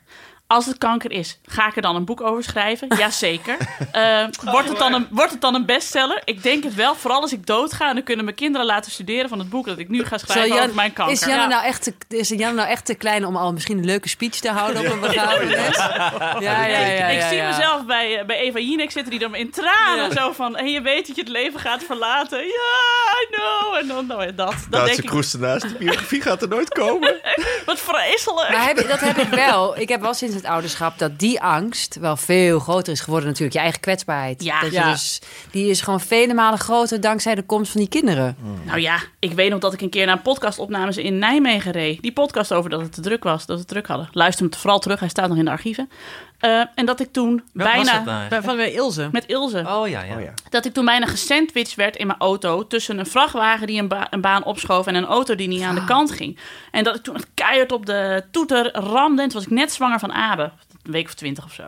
Als het kanker is, ga ik er dan een boek over schrijven? Jazeker. Uh, wordt, het dan een, wordt het dan een bestseller? Ik denk het wel. Vooral als ik doodga. En dan kunnen mijn kinderen laten studeren van het boek dat ik nu ga schrijven Jan, over mijn kanker. Is Janne, ja. nou echt te, is Janne nou echt te klein om al misschien een leuke speech te houden op een begrafenis? Ja, ja, ja, ja, ik ja, zie ja. mezelf bij, uh, bij Eva Jinek zitten die dan in tranen Ja. zo van... En je weet dat je het leven gaat verlaten. Ja, I know. En dan nou, dat. Dat Nou, denk ze ik. kroest ernaast. De biografie gaat er nooit komen. Wat vreselijk. Maar heb, dat heb ik wel. Ik heb wel sinds het ouderschap dat die angst wel veel groter is geworden natuurlijk. Je eigen kwetsbaarheid. Ja. Dat je Ja. dus, die is gewoon vele malen groter dankzij de komst van die kinderen. Nou ja, ik weet nog dat ik een keer naar een podcastopnames in Nijmegen reed. Die podcast over dat het te druk was, dat we het druk hadden. Luister hem vooral terug, hij staat nog in de archieven. Uh, en dat ik toen Welk was bijna... dat nou? Bij- Van bij Ilse. Met Ilse. Oh ja, ja. Oh ja. Dat ik toen bijna gesandwiched werd in mijn auto... tussen een vrachtwagen die een, ba- een baan opschoof... en een auto die niet aan de kant ging. En dat ik toen het keihard op de toeter ramde. En toen was ik net zwanger van Abe. Een week of twintig of zo.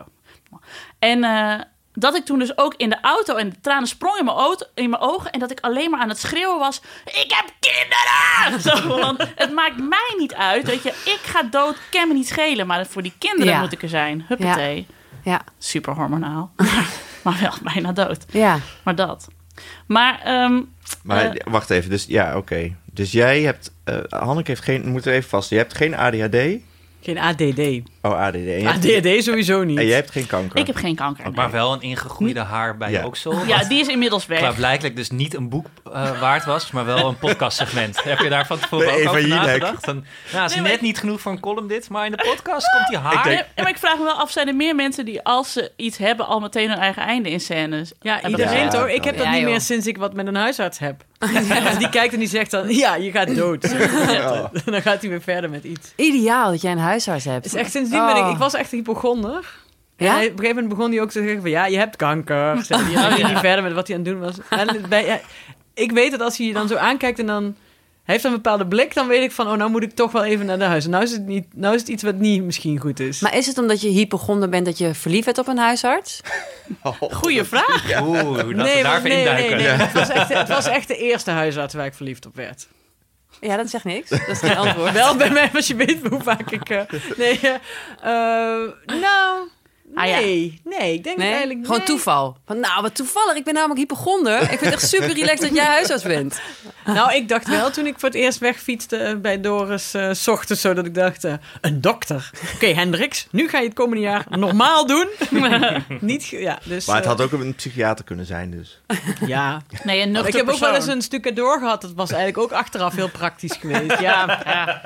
En uh, dat ik toen dus ook in de auto... en de tranen sprongen in mijn, auto, in mijn ogen... en dat ik alleen maar aan het schreeuwen was... Ik heb kinderen! Zo, want het maakt mij niet uit. Weet je, ik ga dood, kan me niet schelen. Maar voor die kinderen Ja. moet ik er zijn. Huppatee. Ja, Super hormonaal. Maar wel bijna dood. ja. Maar dat. Maar, um, Maar uh, wacht even. Dus ja, oké. Okay. Dus jij hebt... Uh, Hanneke heeft geen... Moet er even vast. Je hebt geen A D H D. Geen A D D. Oh, A D D. En je A hebt- D D sowieso niet. En jij hebt geen kanker. ik heb geen kanker. nee. Maar wel een ingegroeide haar bij Ja. je oksel. Ja, die is inmiddels weg. Klaarblijkelijk dus niet een boek uh, waard was, maar wel een podcastsegment. Heb je daar van tevoren Nee, ook Eva over Jinek. nagedacht? Dan, nou, is Nee, maar net ik- niet genoeg voor een column dit, maar in de podcast komt die haar. Ik denk- Ja, maar ik vraag me wel af, zijn er meer mensen die als ze iets hebben... al meteen hun eigen einde in scènes? Ja, hebben iedereen Ja, toch? Ik heb dat ja, niet joh. meer sinds ik wat met een huisarts heb. Die kijkt en die zegt dan, ja, je gaat dood. Ja. Dan gaat hij weer verder met iets. Ideaal dat jij een huisarts hebt. Dus echt sindsdien ben ik... Oh. Ik was echt een hypochonder. Ja? En hij- op een gegeven moment begon hij ook te zeggen van... Ja, je hebt kanker. Zei hij. En dan ging hij verder met wat hij aan het doen was. En bij, ja, ik weet dat als hij je dan zo aankijkt en dan... Hij heeft een bepaalde blik, dan weet ik van... Oh, nou moet ik toch wel even naar de huis. En nou is het, niet, nou is het iets wat niet misschien goed is. Maar is het omdat je hypochonder bent dat je verliefd bent op een huisarts? Goeie vraag. Oeh, dat we nee, daar maar- even nee, induiken. nee, nee. Het, was echt, het was echt de eerste huisarts waar ik verliefd op werd. Ja, dat zegt niks. Dat is geen antwoord. Wel bij mij, als je weet hoe vaak ik... uh, nee, uh, uh, nou... Ah, ja. Nee, nee, ik denk Nee? eigenlijk... Gewoon nee. toeval. Van, nou, wat toevallig. Ik ben namelijk hypochonder. Ik vind het echt super relaxed dat jij huisarts bent. Nou, ik dacht wel toen ik voor het eerst wegfietste uh, bij Doris... Uh, 's ochtends zo dat ik dacht... Uh, een dokter. Oké, okay, Hendricks, nu ga je het komende jaar normaal doen. Niet, ge- ja, dus... Maar het uh, had ook een psychiater kunnen zijn dus. Ja. Nee, een nuchter Ik heb ook wel eens persoon. een stucadoor gehad. Dat was eigenlijk ook achteraf heel praktisch geweest. Ja, ja.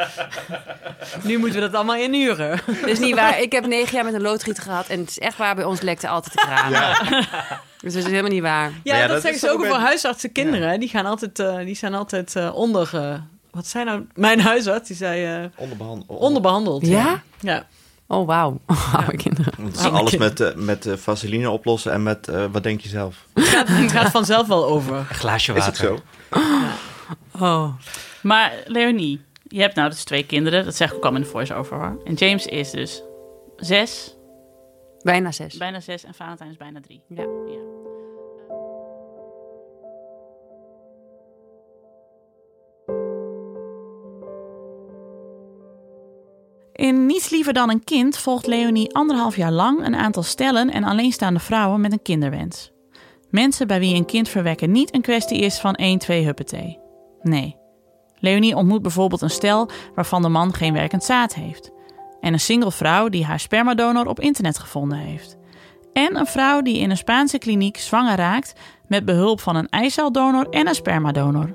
Nu moeten we dat allemaal inhuren. Dat is niet waar. Ik heb negen jaar met een loodgieter gehad. En het is echt waar, bij ons lekte altijd de kraan. Dus dat is helemaal niet waar. Ja, ja, dat, dat zeggen is ze toch ook ook over bij- huisartsen kinderen. Die, gaan altijd, uh, die zijn altijd uh, onder... Uh, wat zijn nou... Mijn huisarts, die zei... Uh, Onderbehandeld. onderbehandeld. Ja? Ja. Oh, wauw. Oude kinderen. Het is alles met, uh, met uh, vaseline oplossen en met... Uh, wat denk je zelf? Het gaat, het gaat vanzelf wel over. Een glaasje Is water. het zo? Oh. Maar Leonie, je hebt nou dus twee kinderen. Dat zeg ik ook al in de voice-over hoor. En James is dus zes, Bijna zes. bijna zes en Valentijn is bijna drie. Ja. Ja. In Niets liever dan een kind volgt Leonie anderhalf jaar lang een aantal stellen en alleenstaande vrouwen met een kinderwens. Mensen bij wie een kind verwekken niet een kwestie is van één, twee huppatee. Nee. Leonie ontmoet bijvoorbeeld een stel waarvan de man geen werkend zaad heeft. En een single vrouw die haar spermadonor op internet gevonden heeft. En een vrouw die in een Spaanse kliniek zwanger raakt met behulp van een eiceldonor en een spermadonor.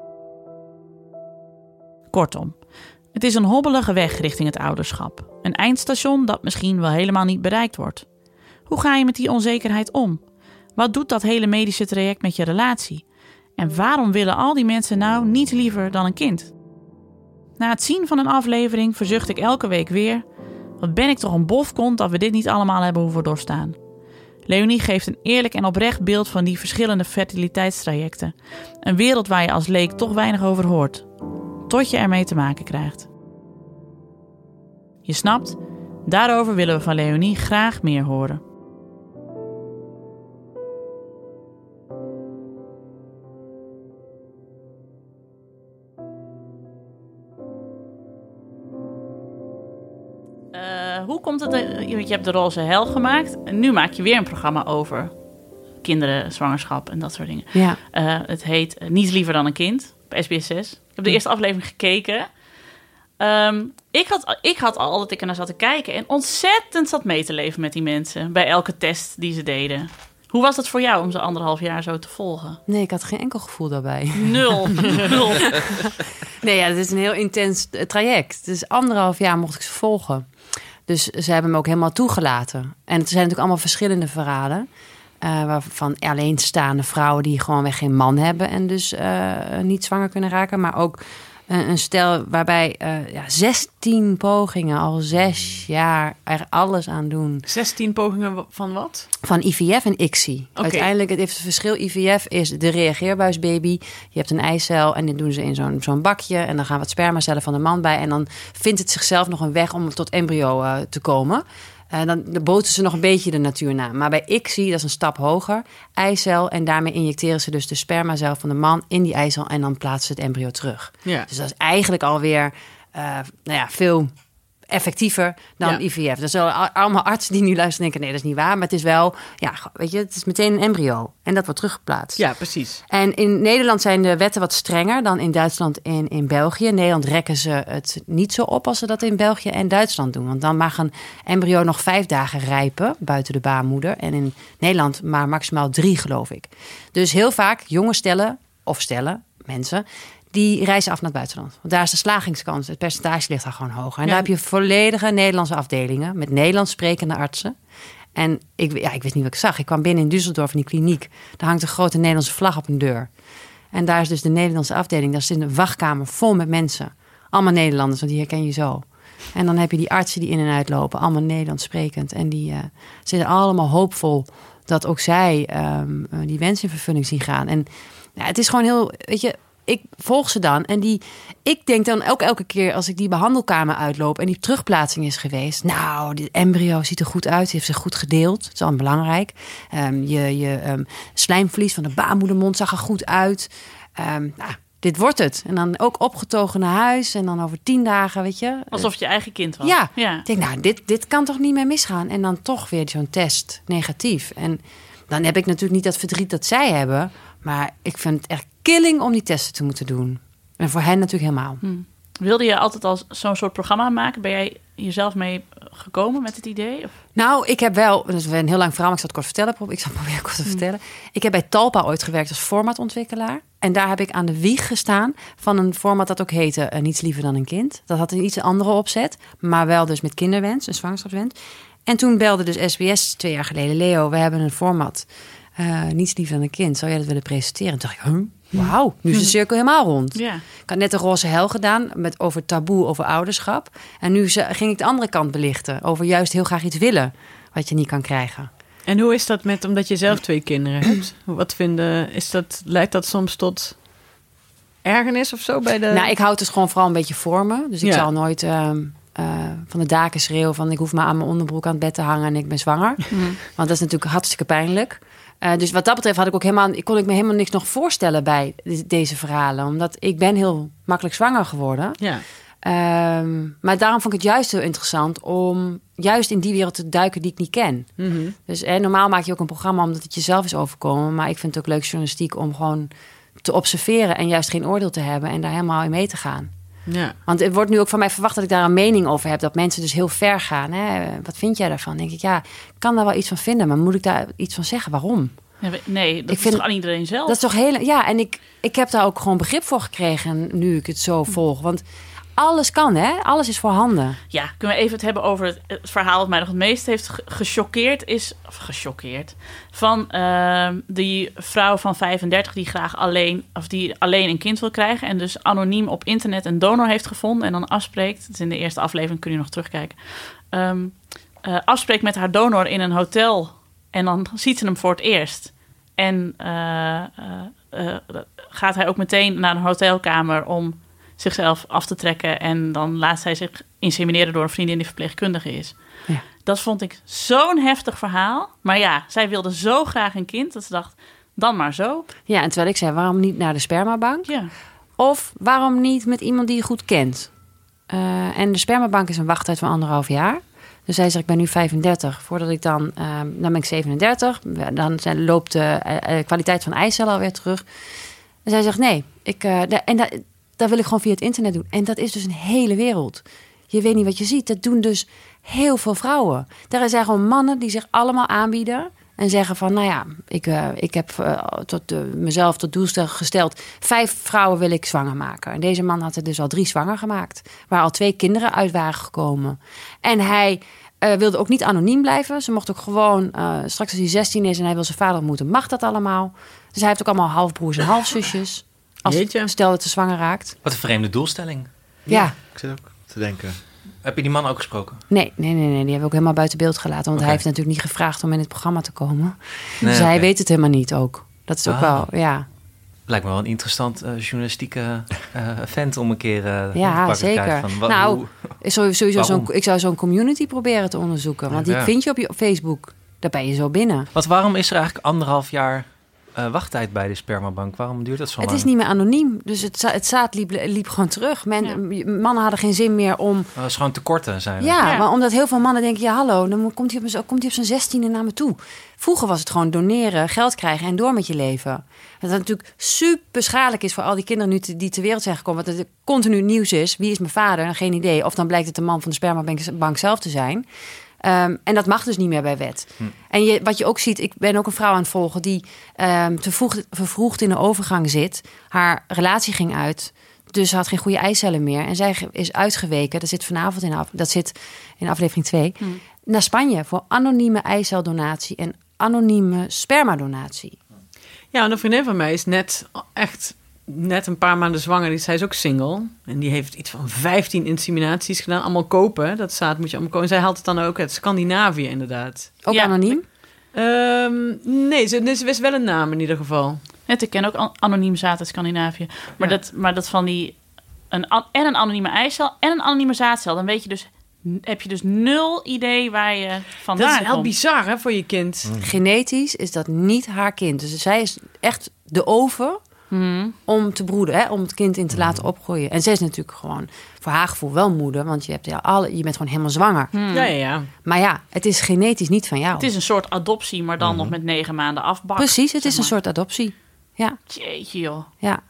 Kortom, het is een hobbelige weg richting het ouderschap. Een eindstation dat misschien wel helemaal niet bereikt wordt. Hoe ga je met die onzekerheid om? Wat doet dat hele medische traject met je relatie? En waarom willen al die mensen nou niets liever dan een kind? Na het zien van een aflevering verzucht ik elke week weer: wat ben ik toch een bofkont dat we dit niet allemaal hebben hoeven doorstaan. Leonie geeft een eerlijk en oprecht beeld van die verschillende fertiliteitstrajecten. Een wereld waar je als leek toch weinig over hoort. Tot je ermee te maken krijgt. Je snapt, daarover willen we van Leonie graag meer horen. Uh, hoe komt het? Dat, je hebt de roze hel gemaakt. En nu maak je weer een programma over kinderen, zwangerschap en dat soort dingen. Ja. Uh, het heet uh, Niets liever dan een kind op S B S zes. Ik heb de eerste aflevering gekeken. Um, ik, had, ik had al dat ik er naar zat te kijken en ontzettend zat mee te leven met die mensen bij elke test die ze deden. Hoe was het voor jou om ze anderhalf jaar zo te volgen? Nee, ik had geen enkel gevoel daarbij. Nul. Nul. Nee, ja, het is een heel intens traject. Dus anderhalf jaar mocht ik ze volgen. Dus ze hebben me ook helemaal toegelaten. En het zijn natuurlijk allemaal verschillende verhalen. Uh, waarvan alleenstaande vrouwen die gewoonweg geen man hebben en dus uh, niet zwanger kunnen raken. Maar ook uh, een stel waarbij uh, ja, zestien pogingen, al zes jaar er alles aan doen. zestien pogingen van wat? Van I V F en I C S I. Okay. Uiteindelijk, het heeft het verschil. I V F is de reageerbuisbaby. Je hebt een eicel en dit doen ze in zo'n, zo'n bakje. En dan gaan wat spermacellen van de man bij. En dan vindt het zichzelf nog een weg om tot embryo uh, te komen. Uh, dan, dan boten ze nog een beetje de natuur na. Maar bij I C S I, dat is een stap hoger, eicel. En daarmee injecteren ze dus de spermacel van de man in die eicel. En dan plaatsen ze het embryo terug. Ja. Dus dat is eigenlijk alweer uh, nou ja, veel effectiever dan ja. I V F. Dus allemaal artsen die nu luisteren denken, nee, dat is niet waar. Maar het is wel, ja, weet je, het is meteen een embryo. En dat wordt teruggeplaatst. Ja, precies. En in Nederland zijn de wetten wat strenger dan in Duitsland en in België. In Nederland rekken ze het niet zo op als ze dat in België en Duitsland doen. Want dan mag een embryo nog vijf dagen rijpen buiten de baarmoeder. En in Nederland maar maximaal drie, geloof ik. Dus heel vaak jonge stellen, of stellen, mensen, die reizen af naar het buitenland. Want daar is de slagingskans, het percentage ligt daar gewoon hoger. En ja. daar heb je volledige Nederlandse afdelingen met Nederlands sprekende artsen. En ik, ja, ik wist niet wat ik zag. Ik kwam binnen in Düsseldorf in die kliniek. Daar hangt een grote Nederlandse vlag op een deur. En daar is dus de Nederlandse afdeling. Daar zit een wachtkamer vol met mensen. Allemaal Nederlanders, want die herken je zo. En dan heb je die artsen die in en uitlopen, allemaal Nederlands sprekend. En die uh, zitten allemaal hoopvol dat ook zij um, die wens in vervulling zien gaan. En ja, het is gewoon heel, weet je, ik volg ze dan en die, ik denk dan ook elke keer als ik die behandelkamer uitloop en die terugplaatsing is geweest. Nou, dit embryo ziet er goed uit, heeft zich goed gedeeld. Dat is al belangrijk. Um, je je um, slijmvlies van de baarmoedermond zag er goed uit. Um, nou, dit wordt het. En dan ook opgetogen naar huis en dan over tien dagen, weet je. Alsof het je eigen kind was. Ja, ja. Ik denk, nou, dit, dit kan toch niet meer misgaan. En dan toch weer zo'n test negatief. En dan heb ik natuurlijk niet dat verdriet dat zij hebben, maar ik vind het echt killing om die testen te moeten doen. En voor hen natuurlijk helemaal. Hmm. Wilde je altijd al zo'n soort programma maken? Ben jij jezelf mee gekomen met het idee? Of? Nou, ik heb wel, dat is een heel lang verhaal, maar ik zal het kort vertellen. Ik zal het proberen kort te hmm. vertellen. Ik heb bij Talpa ooit gewerkt als formatontwikkelaar. En daar heb ik aan de wieg gestaan van een format dat ook heette uh, Niets liever dan een kind. Dat had een iets andere opzet, maar wel dus met kinderwens, een zwangerschapswens. En toen belde dus S B S twee jaar geleden, Leo, we hebben een format, uh, Niets liever dan een kind. Zou jij dat willen presenteren? En toen dacht ik, huh? Wauw, nu is de cirkel helemaal rond. Ja. Ik had net de roze hel gedaan met over taboe, over ouderschap. En nu ging ik de andere kant belichten. Over juist heel graag iets willen wat je niet kan krijgen. En hoe is dat met, omdat je zelf twee kinderen hebt? Wat vinden, is dat, leidt dat soms tot ergernis of zo bij de... Nou, ik houd het gewoon vooral een beetje voor me. Dus ik ja. zal nooit uh, uh, van de daken schreeuwen van ik hoef maar aan mijn onderbroek aan het bed te hangen en ik ben zwanger. Mm. Want dat is natuurlijk hartstikke pijnlijk. Uh, dus wat dat betreft had ik ook helemaal, kon ik me helemaal niks nog voorstellen bij de, deze verhalen. Omdat ik ben heel makkelijk zwanger geworden. Ja. Um, maar daarom vond ik het juist heel interessant om juist in die wereld te duiken die ik niet ken. Mm-hmm. Dus eh, normaal maak je ook een programma omdat het jezelf is overkomen. Maar ik vind het ook leuk journalistiek om gewoon te observeren en juist geen oordeel te hebben en daar helemaal in mee te gaan. Ja. Want het wordt nu ook van mij verwacht dat ik daar een mening over heb. Dat mensen dus heel ver gaan. Hè? Wat vind jij daarvan? Denk ik, ja, ik kan daar wel iets van vinden. Maar moet ik daar iets van zeggen? Waarom? Ja, nee, dat ik is vind, toch aan iedereen zelf? Dat is toch heel... Ja, en ik, ik heb daar ook gewoon begrip voor gekregen nu ik het zo volg. Want alles kan, hè? Alles is voorhanden. Ja, kunnen we even het hebben over het, het verhaal dat mij nog het meest heeft gechoqueerd is... Of gechoqueerd. Van uh, die vrouw van vijfendertig die graag alleen... Of die alleen een kind wil krijgen. En dus anoniem op internet een donor heeft gevonden. En dan afspreekt... Het is in de eerste aflevering, kun je nog terugkijken. Um, uh, afspreekt met haar donor in een hotel. En dan ziet ze hem voor het eerst. En uh, uh, uh, gaat hij ook meteen naar een hotelkamer om zichzelf af te trekken. En dan laat zij zich insemineren door een vriendin die verpleegkundige is. Ja. Dat vond ik zo'n heftig verhaal. Maar ja, zij wilde zo graag een kind dat ze dacht, dan maar zo. Ja, en terwijl ik zei, waarom niet naar de spermabank? Ja. Of waarom niet met iemand die je goed kent? Uh, en de spermabank is een wachttijd van anderhalf jaar. Dus zij zegt, ik ben nu vijfendertig. Voordat ik dan, uh, dan ben ik zevenendertig. Dan zijn, loopt de uh, kwaliteit van eicellen alweer terug. En zij zegt, nee. Ik, uh, de, en da, dat wil ik gewoon via het internet doen. En dat is dus een hele wereld. Je weet niet wat je ziet. Dat doen dus heel veel vrouwen. Daar zijn gewoon mannen die zich allemaal aanbieden. En zeggen van, nou ja, ik, uh, ik heb uh, tot, uh, mezelf tot doel gesteld... vijf vrouwen wil ik zwanger maken. En deze man had er dus al drie zwanger gemaakt. Waar al twee kinderen uit waren gekomen. En hij uh, wilde ook niet anoniem blijven. Ze mocht ook gewoon, uh, straks als hij zestien is... en hij wil zijn vader ontmoeten, mag dat allemaal. Dus hij heeft ook allemaal halfbroers en halfzusjes. Als stel dat ze zwanger raakt. Wat een vreemde doelstelling. Ja. ja. Ik zit ook te denken... Heb je die man ook gesproken? Nee, nee, nee, nee. Die hebben we ook helemaal buiten beeld gelaten. Want okay. hij heeft natuurlijk niet gevraagd om in het programma te komen. Nee, dus hij okay. weet het helemaal niet ook. Dat is ook ah. wel, ja. Lijkt me wel een interessant uh, journalistieke uh, vent om een keer uh, ja, te zeker. krijgen. Van, wat, nou, hoe, sowieso zo'n, ik zou zo'n community proberen te onderzoeken. Want die ja. vind je op je op Facebook. Daar ben je zo binnen. Want waarom is er eigenlijk anderhalf jaar... Uh, wachttijd bij de spermabank? Waarom duurt dat zo het lang? Het is niet meer anoniem. Dus het, za- het zaad liep, liep gewoon terug. Men, ja. Mannen hadden geen zin meer om... Dat is gewoon tekorten zijn. Ja, ja, maar omdat heel veel mannen denken... ja, hallo, dan komt hij op, komt hij op zijn zestiende naar me toe. Vroeger was het gewoon doneren, geld krijgen en door met je leven. Dat natuurlijk super schadelijk is voor al die kinderen nu te, die ter wereld zijn gekomen. Want het continu nieuws is. Wie is mijn vader? Geen idee. Of dan blijkt het de man van de spermabank zelf te zijn. Um, en dat mag dus niet meer bij wet. Hm. En je, wat je ook ziet, ik ben ook een vrouw aan het volgen... die um, te vroeg, vervroegd in de overgang zit. Haar relatie ging uit, dus ze had geen goede eicellen meer. En zij is uitgeweken, dat zit vanavond in, af, dat zit in aflevering twee... Hm. naar Spanje voor anonieme eiceldonatie... en anonieme spermadonatie. Ja, en een vriendin van mij is net echt... net een paar maanden zwanger. Die, zij is ook single. En die heeft iets van vijftien inseminaties gedaan. Allemaal kopen. Dat zaad moet je allemaal kopen. En zij haalt het dan ook uit Scandinavië, inderdaad. Ook ja. anoniem? Um, nee, ze, ze wist wel een naam in ieder geval. Ja, ik ken ook an- anoniem zaad uit Scandinavië. Maar, ja. dat, maar dat van die... Een, en een anonieme eicel en een anonieme zaadcel. Dan weet je dus... heb je dus nul idee waar je vandaan komt. Dat is heel bizar, hè, voor je kind. Mm. Genetisch is dat niet haar kind. Dus zij is echt de oven... Mm. om te broeden, hè, om het kind in te laten opgroeien. En zij is natuurlijk gewoon voor haar gevoel wel moeder, want je, hebt ja alle, je bent gewoon helemaal zwanger. Mm. Ja, ja, ja. Maar ja, het is genetisch niet van jou. Het is een soort adoptie, maar dan mm-hmm. nog met negen maanden afbak. Precies, het is maar. een soort adoptie. Ja. Jeetje, joh. Ja.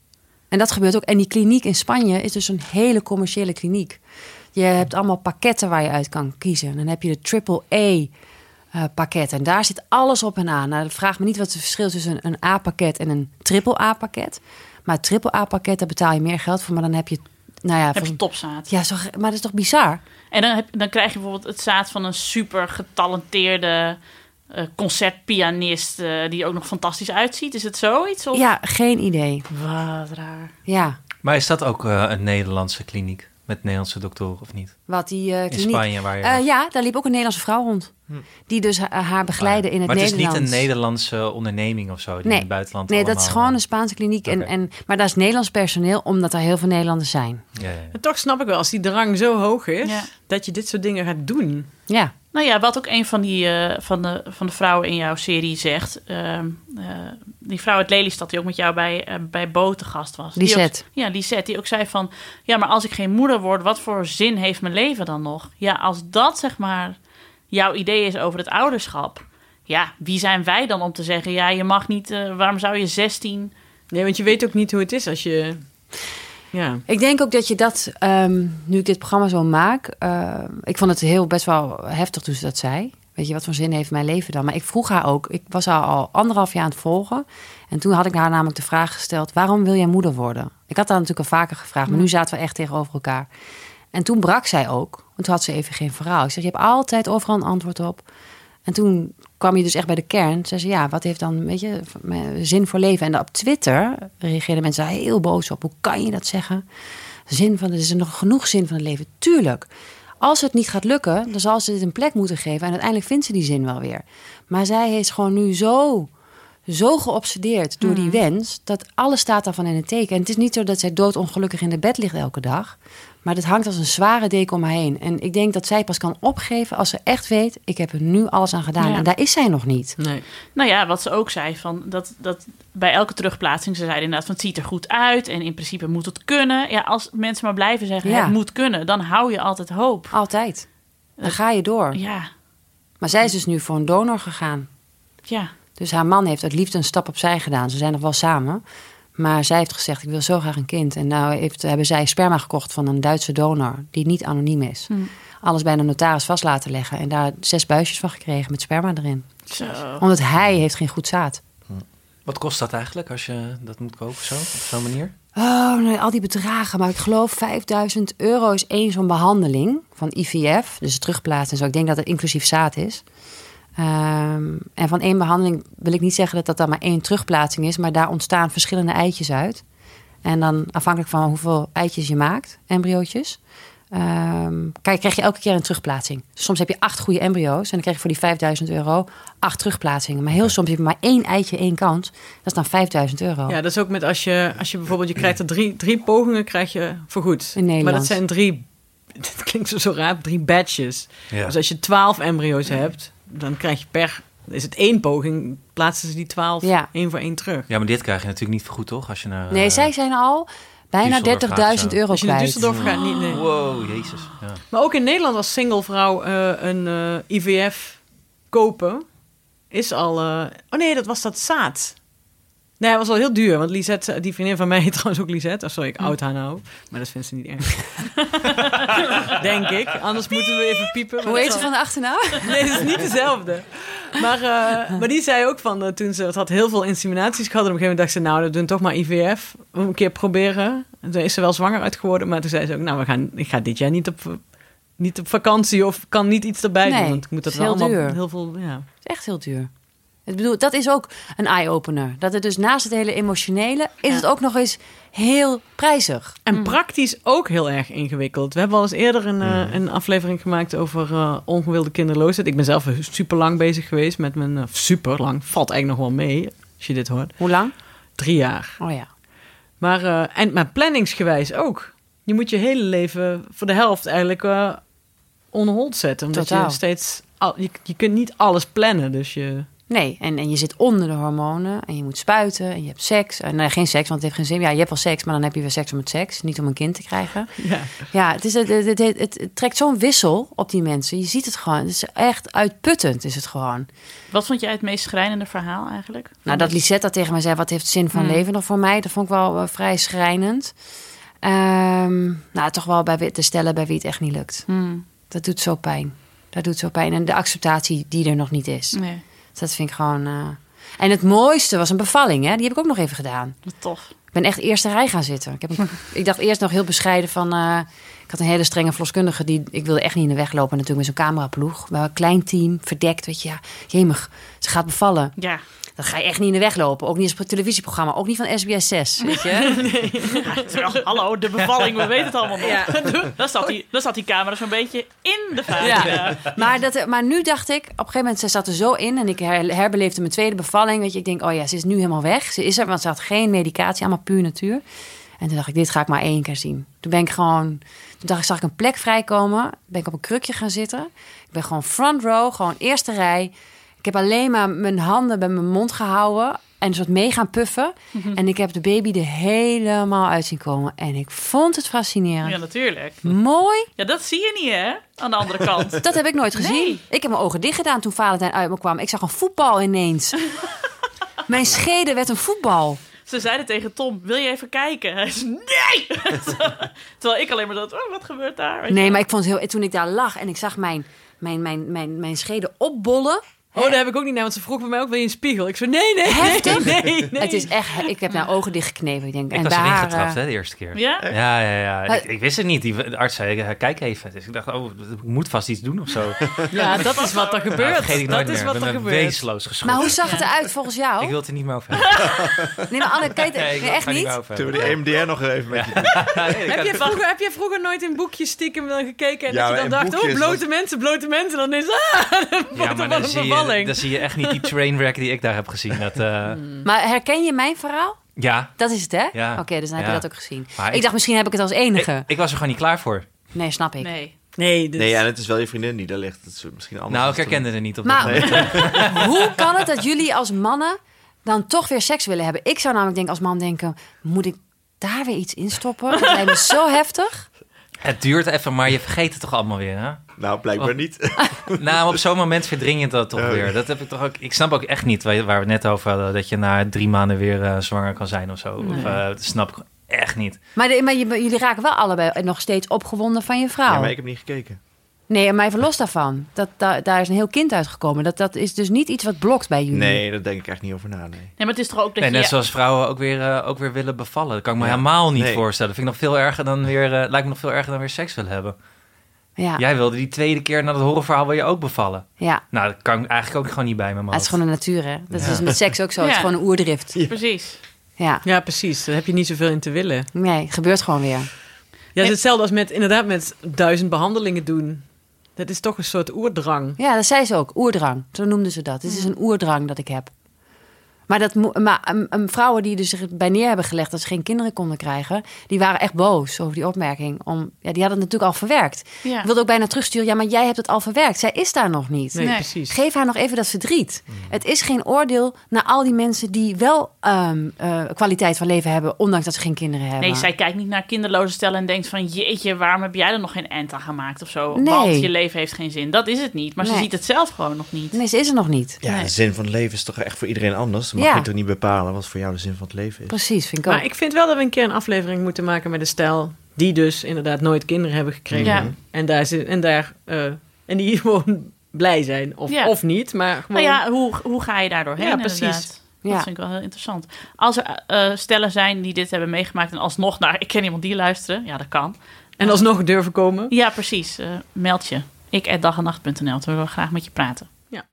En dat gebeurt ook. En die kliniek in Spanje is dus een hele commerciële kliniek. Je hebt allemaal pakketten waar je uit kan kiezen. Dan heb je de triple A Uh, pakket. En daar zit alles op en aan. Nou, vraag me niet wat het verschil is tussen een A-pakket en een triple A-pakket. Maar het triple A-pakket, daar betaal je meer geld voor. Maar dan heb je... Nou ja, heb voor, je topzaad. Ja, zo, maar dat is toch bizar? En dan, heb, dan krijg je bijvoorbeeld het zaad van een super getalenteerde uh, concertpianist... Uh, die er ook nog fantastisch uitziet. Is het zoiets? Of? Ja, geen idee. Wat raar. Ja. Maar is dat ook uh, een Nederlandse kliniek? Met Nederlandse doktoren of niet? Wat die uh, kliniek? In Spanje waar je... Uh, ja, daar liep ook een Nederlandse vrouw rond. Hm. Die dus ha- haar begeleiden ah, ja. in het Nederlands. Maar het is niet een Nederlandse onderneming of zo? Die nee, in het buitenland nee allemaal... dat is gewoon een Spaanse kliniek. Okay. En, en, maar daar is Nederlands personeel, omdat er heel veel Nederlanders zijn. Ja, ja, ja. En toch snap ik wel, als die drang zo hoog is... Ja. dat je dit soort dingen gaat doen. Ja. Nou ja, wat ook een van, die, uh, van, de, van de vrouwen in jouw serie zegt... Uh, uh, die vrouw uit Lelystad die ook met jou bij, uh, bij Bo te gast was. Lisette. Die ook, ja, Lisette, die ook zei van... ja, maar als ik geen moeder word, wat voor zin heeft mijn leven dan nog? Ja, als dat zeg maar jouw idee is over het ouderschap... ja, wie zijn wij dan om te zeggen... ja, je mag niet... Uh, waarom zou je zestien... Nee, want je weet ook niet hoe het is als je... Ja. Ik denk ook dat je dat, um, nu ik dit programma zo maak... Uh, ik vond het heel best wel heftig toen ze dat zei. Weet je, wat voor zin heeft mijn leven dan? Maar ik vroeg haar ook, ik was haar al anderhalf jaar aan het volgen... en toen had ik haar namelijk de vraag gesteld... waarom wil jij moeder worden? Ik had haar natuurlijk al vaker gevraagd... maar nu zaten we echt tegenover elkaar. En toen brak zij ook, want toen had ze even geen verhaal. Ik zeg, je hebt altijd overal een antwoord op... En toen kwam je dus echt bij de kern. Zei ze, ja, wat heeft dan, weet je, zin voor leven? En op Twitter reageerden mensen daar heel boos op. Hoe kan je dat zeggen? Zin van, er is er nog genoeg zin van het leven. Tuurlijk. Als het niet gaat lukken, dan zal ze dit een plek moeten geven. En uiteindelijk vindt ze die zin wel weer. Maar zij is gewoon nu zo, zo geobsedeerd door die wens... dat alles staat daarvan in het teken. En het is niet zo dat zij doodongelukkig in de bed ligt elke dag... Maar het hangt als een zware deken om haar heen. En ik denk dat zij pas kan opgeven als ze echt weet... ik heb er nu alles aan gedaan. Ja. En daar is zij nog niet. Nee. Nou ja, wat ze ook zei, van dat, dat bij elke terugplaatsing... ze zeiden inderdaad van het ziet er goed uit... en in principe moet het kunnen. Ja, als mensen maar blijven zeggen, ja. het moet kunnen... dan hou je altijd hoop. Altijd. Dan ga je door. Ja, Maar zij is dus nu voor een donor gegaan. ja. Dus haar man heeft uit liefde een stap opzij gedaan. Ze zijn nog wel samen. Maar zij heeft gezegd, ik wil zo graag een kind. En nou heeft, hebben zij sperma gekocht van een Duitse donor... die niet anoniem is. Hm. Alles bij de notaris vast laten leggen. En daar zes buisjes van gekregen met sperma erin. Zo. Omdat hij heeft geen goed zaad. Wat kost dat eigenlijk als je dat moet kopen zo, op zo'n manier? Oh, nee, al die bedragen. Maar ik geloof vijfduizend euro is één zo'n behandeling van I V F. Dus het terugplaatsen en zo. Ik denk dat het inclusief zaad is. Um, en van één behandeling wil ik niet zeggen dat dat dan maar één terugplaatsing is. Maar daar ontstaan verschillende eitjes uit. En dan afhankelijk van hoeveel eitjes je maakt, embryootjes. Um, kijk, krijg je elke keer een terugplaatsing. Soms heb je acht goede embryo's en dan krijg je voor die vijfduizend euro acht terugplaatsingen. Maar heel soms heb je maar één eitje, één kans. Dat is dan vijfduizend euro. Ja, dat is ook met als je, als je bijvoorbeeld, je krijgt er drie, drie pogingen krijg je vergoed. In Nederland. Maar dat zijn drie, dat klinkt zo, zo raar, drie batches. Ja. Dus als je twaalf embryo's hebt, dan krijg je per, is het één poging, plaatsen ze die twaalf Ja. één voor één terug. Ja, maar dit krijg je natuurlijk niet vergoed, toch? Als je naar, Nee, uh, zij zijn al bijna Düsseldorf dertigduizend gaat, euro Als je naar kwijt. Düsseldorf gaat, niet, nee. Wow, jezus. Ja. Maar ook in Nederland als single vrouw uh, een uh, I V F kopen is al... Uh, oh nee, dat was dat zaad. Nee, het was al heel duur. Want Lisette, die vriendin van mij heet trouwens ook Lisette. Oh, sorry, ik oud haar nou. Maar dat vindt ze niet erg. Denk ik. Anders moeten we even piepen. Hoe heet ze van de achternaam? Nee, dat is niet dezelfde. Maar, uh, maar die zei ook van, uh, toen ze het had heel veel inseminaties gehad. En op een gegeven moment dacht ze, nou, we doen toch maar I V F. Een keer proberen. En toen is ze wel zwanger uit geworden. Maar toen zei ze ook, nou, we gaan, ik ga dit jaar niet op, niet op vakantie. Of kan niet iets erbij Nee, doen. Want ik moet dat het is wel heel allemaal duur. heel veel, ja. Het is echt heel duur. Ik bedoel, dat is ook een eye-opener. Dat het dus naast het hele emotionele... is Ja. het ook nog eens heel prijzig. En praktisch ook heel erg ingewikkeld. We hebben al eens eerder een, uh, Mm. een aflevering gemaakt over uh, ongewilde kinderloosheid. Ik ben zelf super lang bezig geweest met mijn... Uh, super lang, valt eigenlijk nog wel mee, als je dit hoort. Hoe lang? Drie jaar. Oh ja. Maar, uh, en, maar planningsgewijs ook. Je moet je hele leven voor de helft eigenlijk uh, on hold zetten. Omdat Totaal. je steeds... Al, je, je kunt niet alles plannen, dus je... Nee, en, en je zit onder de hormonen en je moet spuiten en je hebt seks. En, nee, geen seks, want het heeft geen zin. Ja, je hebt wel seks, maar dan heb je weer seks om het seks. Niet om een kind te krijgen. Ja. Ja, het, is, het, het, het, het, het trekt zo'n wissel op die mensen. Je ziet het gewoon. Het is echt uitputtend, is het gewoon. Wat vond jij het meest schrijnende verhaal eigenlijk? Nou, dat Lisette dat tegen mij zei, wat heeft zin van Mm. leven nog voor mij? Dat vond ik wel uh, vrij schrijnend. Um, nou, toch wel bij wie- te stellen bij wie het echt niet lukt. Hmm. Dat doet zo pijn. Dat doet zo pijn. En de acceptatie die er nog niet is. Nee, Dat vind ik gewoon... Uh... En het mooiste was een bevalling, hè? Die heb ik ook nog even gedaan. wat tof. Ik ben echt eerste rij gaan zitten. Ik, heb een- ik dacht eerst nog heel bescheiden van... Uh, ik had een hele strenge verloskundige. Die, ik wilde echt niet in de weg lopen natuurlijk met zo'n cameraploeg. We waren een klein team, verdekt, weet je. Ja, jemig, ze gaat bevallen. Ja, Dan ga je echt niet in de weg lopen. Ook niet eens op het televisieprogramma. Ook niet van S B S zes, weet je. hallo, de bevalling, we weten het allemaal nog. Dan, zat die, dan zat die camera zo'n beetje in de vagina. Ja. Maar, dat, maar nu dacht ik, op een gegeven moment, ze zat er zo in... en ik her, herbeleefde mijn tweede bevalling. Weet je, ik denk, oh ja, ze is nu helemaal weg. Ze is er, want ze had geen medicatie, allemaal puur natuur. En toen dacht ik, dit ga ik maar één keer zien. Toen ben ik gewoon... Toen dacht ik, zag ik een plek vrijkomen. Ben ik op een krukje gaan zitten. Ik ben gewoon front row, gewoon eerste rij. Ik heb alleen maar mijn handen bij mijn mond gehouden... en een soort mee gaan puffen. Mhm. En ik heb de baby er helemaal uit zien komen. En ik vond het fascinerend. Ja, natuurlijk. Mooi. Ja, dat zie je niet, hè? Aan de andere kant. Dat heb ik nooit gezien. Nee. Ik heb mijn ogen dicht gedaan toen Valentijn uit me kwam. Ik zag een voetbal ineens. Mijn schede werd een voetbal. Ze zeiden tegen Tom, wil je even kijken? Hij zei, nee! Terwijl ik alleen maar dacht, oh, wat gebeurt daar? Weet je Nee, wel. maar ik vond het heel... Toen ik daar lag en ik zag mijn, mijn, mijn, mijn, mijn schede opbollen... Oh, dat heb ik ook niet naar, want ze vroeg bij mij ook, wil je een spiegel? Ik zei, nee, nee, Heftig. nee, nee, nee. Het is echt... Ik heb mijn ogen dichtgeknepen. Ik denk, Ik en was bij erin haar, getrapt, eh, hè, de eerste keer. Ja? Ja, ja, ja. Maar- Ik, ik wist het niet. Die, de arts zei, eh, kijk even. Dus ik dacht, oh, ik moet vast iets doen of zo. Ja, dat is wat er Nou, gebeurt. vergeet ik nooit dat is meer. wat Ik er ben gebeurt. wezenloos geschrokken. Maar hoe zag het eruit volgens jou? Ik wil het er niet meer over hebben. Nee, maar Anne, kan je het- Nee, ik wil nee, het echt er niet niet? meer over Zullen we hebben. die E M D R nog even met je doen? Nee, ik Heb had- je, vroeger, heb je vroeger nooit in boekjes stiekem wel gekeken en Ja, dat je maar dan in dacht, boekjes oh, blote mensen, blote mensen. Dan is ah, een foto Ja, maar van dan een zie, je, bevalling. dan zie je echt niet die trainwreck die ik daar heb gezien. Dat, eh, Maar herken je mijn verhaal? ja, Dat is het, hè? Ja. Oké, dus dan heb Ja. je dat ook gezien. Maar ik ik- dacht, misschien heb ik het als ik, enige. ik was er gewoon niet klaar voor. Nee, snap ik. Nee. Nee, dus, Nee, en het is wel je vriendin die daar ligt. Dat is misschien anders. Nou, ik dan toen. herkende er niet op. Maar dat moment. hoe kan het dat jullie als mannen dan toch weer seks willen hebben? Ik zou namelijk denken, als man denken, moet ik daar weer iets in stoppen? Dat lijkt me zo heftig. Het duurt even, maar je vergeet het toch allemaal weer, hè? Nou, blijkbaar Oh. niet. Nou, op zo'n moment verdring je dat toch Ja. weer. Dat heb ik toch ook. Ik snap ook echt niet waar, waar we het net over hadden, dat je na drie maanden weer uh, zwanger kan zijn of zo. Nee. Of, uh, dat snap ik echt niet. Maar, de, maar je- jullie raken wel allebei nog steeds opgewonden van je vrouw. Ja, maar ik heb niet gekeken. Nee, maar even los daarvan. Dat, da- daar is een heel kind uitgekomen. Dat, dat is dus niet iets wat blokt bij jullie. Nee, daar denk ik echt niet over na, nee. Nee, maar het is toch ook dat Nee, net je... zoals vrouwen ook weer, uh, ook weer willen bevallen. Dat kan ik me Ja. helemaal niet Nee. voorstellen. Dat vind ik nog veel erger dan weer, uh, lijkt me nog veel erger dan weer seks willen hebben. Ja, Jij wilde die tweede keer na dat horrorverhaal wil je ook bevallen. ja. Nou, dat kan ik eigenlijk ook gewoon niet bij me. Ah, het is gewoon de natuur, hè? Dat Ja. is met seks ook zo. Het is Ja. gewoon een oerdrift. Precies. Ja. Ja, precies. Daar heb je niet zoveel in te willen. Nee, het gebeurt gewoon weer. Ja, het is hetzelfde als met, inderdaad, met duizend behandelingen doen. Dat is toch een soort oerdrang. Ja, dat zei ze ook. Oerdrang. Zo noemden ze dat. Het is een oerdrang dat ik heb. Maar, dat, mo- maar um, um, vrouwen die dus zich bij neer hebben gelegd dat ze geen kinderen konden krijgen, die waren echt boos over die opmerking. Om, ja, die hadden het natuurlijk al verwerkt. Ja. Ik wilde ook bijna terugsturen. Ja, maar jij hebt het al verwerkt. Zij is daar nog niet. Nee, Nee. precies. Geef haar nog even dat verdriet. Het is geen oordeel naar al die mensen die wel um, uh, kwaliteit van leven hebben, ondanks dat ze geen kinderen hebben. Nee, zij kijkt niet naar kinderloze stellen en denkt van... jeetje, waarom heb jij er nog geen eind aan gemaakt of zo? Nee. Want je leven heeft geen zin. Dat is het niet. Maar ze Nee. ziet het zelf gewoon nog niet. Nee, ze is er nog niet. Ja, Nee. de zin van het leven is toch echt voor iedereen anders? Dan mag Ja. je toch niet bepalen wat voor jou de zin van het leven is? Precies, vind ik ook. Maar ik vind wel dat we een keer een aflevering moeten maken met een stel die dus inderdaad nooit kinderen hebben gekregen. Ja. En daar, zit- en, daar uh, en die gewoon blij zijn. Of, Ja. of niet, maar gewoon... Nou ja, hoe, hoe ga je daar doorheen Ja, precies. inderdaad? Dat Ja. vind ik wel heel interessant. Als er uh, stellen zijn die dit hebben meegemaakt en alsnog naar... ik ken iemand die luisteren. Ja, dat kan. En alsnog durven komen. Ja, precies. Uh, meld je. ik at dag en nacht punt n l. Dan willen we graag met je praten. Ja.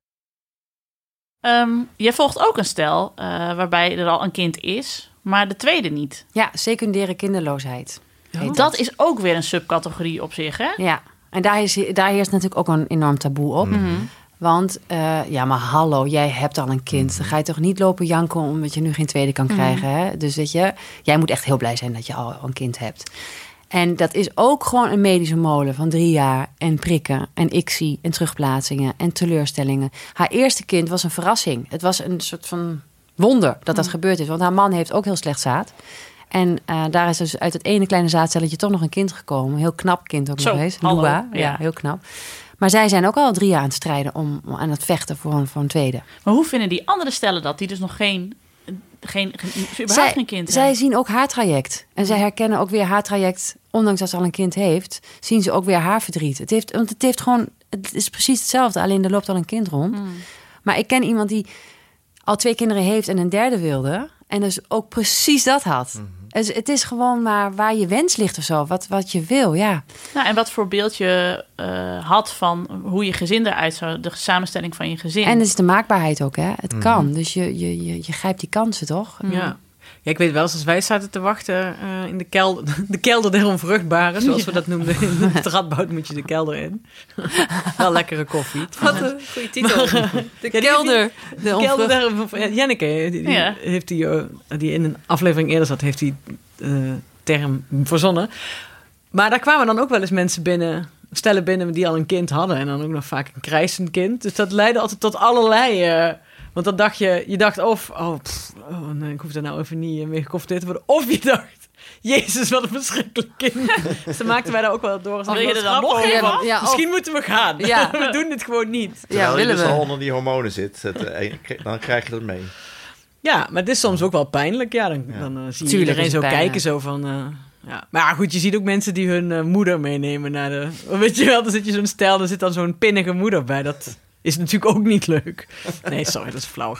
Um, jij volgt ook een stel uh, waarbij er al een kind is, maar de tweede niet. Ja, secundaire kinderloosheid. heet Dat is ook weer een subcategorie op zich, hè? Ja, en daar, is, daar heerst natuurlijk ook een enorm taboe op. Mm-hmm. Want, uh, ja, maar hallo, jij hebt al een kind. Dan ga je toch niet lopen janken omdat je nu geen tweede kan krijgen. Hè? Dus weet je, jij moet echt heel blij zijn dat je al een kind hebt. En dat is ook gewoon een medische molen van drie jaar en prikken en I C S I en terugplaatsingen en teleurstellingen. Haar eerste kind was een verrassing. Het was een soort van wonder dat dat gebeurd is. Want haar man heeft ook heel slecht zaad. En uh, daar is dus uit het ene kleine zaadcelletje toch nog een kind gekomen. Een heel knap kind ook Zo, nog eens. hallo. Lua, ja. Ja. heel knap. Maar zij zijn ook al drie jaar aan het strijden om, om aan het vechten voor een, voor een tweede. Maar hoe vinden die andere stellen dat? Die dus nog geen, geen, geen überhaupt Zij, geen kind zij hebben? zien ook haar traject. En zij herkennen ook weer haar traject. Ondanks dat ze al een kind heeft, zien ze ook weer haar verdriet. Het heeft, want het heeft gewoon, het is precies hetzelfde. Alleen er loopt al een kind rond. Hmm. Maar ik ken iemand die al twee kinderen heeft en een derde wilde. En dus ook precies dat had. Dus het is gewoon maar waar je wens ligt of zo. Wat, wat je wil, ja. Nou, en wat voor beeld je uh, had van hoe je gezin eruit zou... de samenstelling van je gezin. En het is de maakbaarheid ook, hè. Het kan. Dus je, je, je, je grijpt die kansen, toch? Ja. Ja, ik weet wel, als wij zaten te wachten uh, in de kelder, de kelder der onvruchtbare, zoals ja. we dat noemden. In het Radboud moet je de kelder in. Wel lekkere koffie. Wat een goede titel. Maar, de ja, kelder. Die, de kelder der onvruchtbare. Janneke, die, die ja. heeft die, uh, die in een aflevering eerder zat, heeft die uh, term verzonnen. Maar daar kwamen dan ook wel eens mensen binnen, stellen binnen die al een kind hadden. En dan ook nog vaak een krijsend kind. Dus dat leidde altijd tot allerlei... Uh, Want dan dacht je, je dacht of, oh, pff, oh nee, ik hoef er nou even niet mee geconfronteerd te worden. Of je dacht, Jezus, wat een verschrikkelijk kind. Dus dan maakten wij daar ook wel door. Wil je er dan nog ja, maar, ja, Misschien of... moeten we gaan. Ja. We doen dit gewoon niet. Terwijl ja, willen je dus we. al onder die hormonen zit, het, dan krijg je dat mee. Ja, maar het is soms ook wel pijnlijk. Ja, dan, ja. dan uh, zie je Tuurlijk iedereen zo pijnlijk. kijken. Zo van, uh, ja. Maar ja, goed, je ziet ook mensen die hun uh, moeder meenemen naar de... Weet je wel, dan zit je zo'n stel, dan zit dan zo'n pinnige moeder bij. Dat... is natuurlijk ook niet leuk. Nee, sorry, dat is flauw.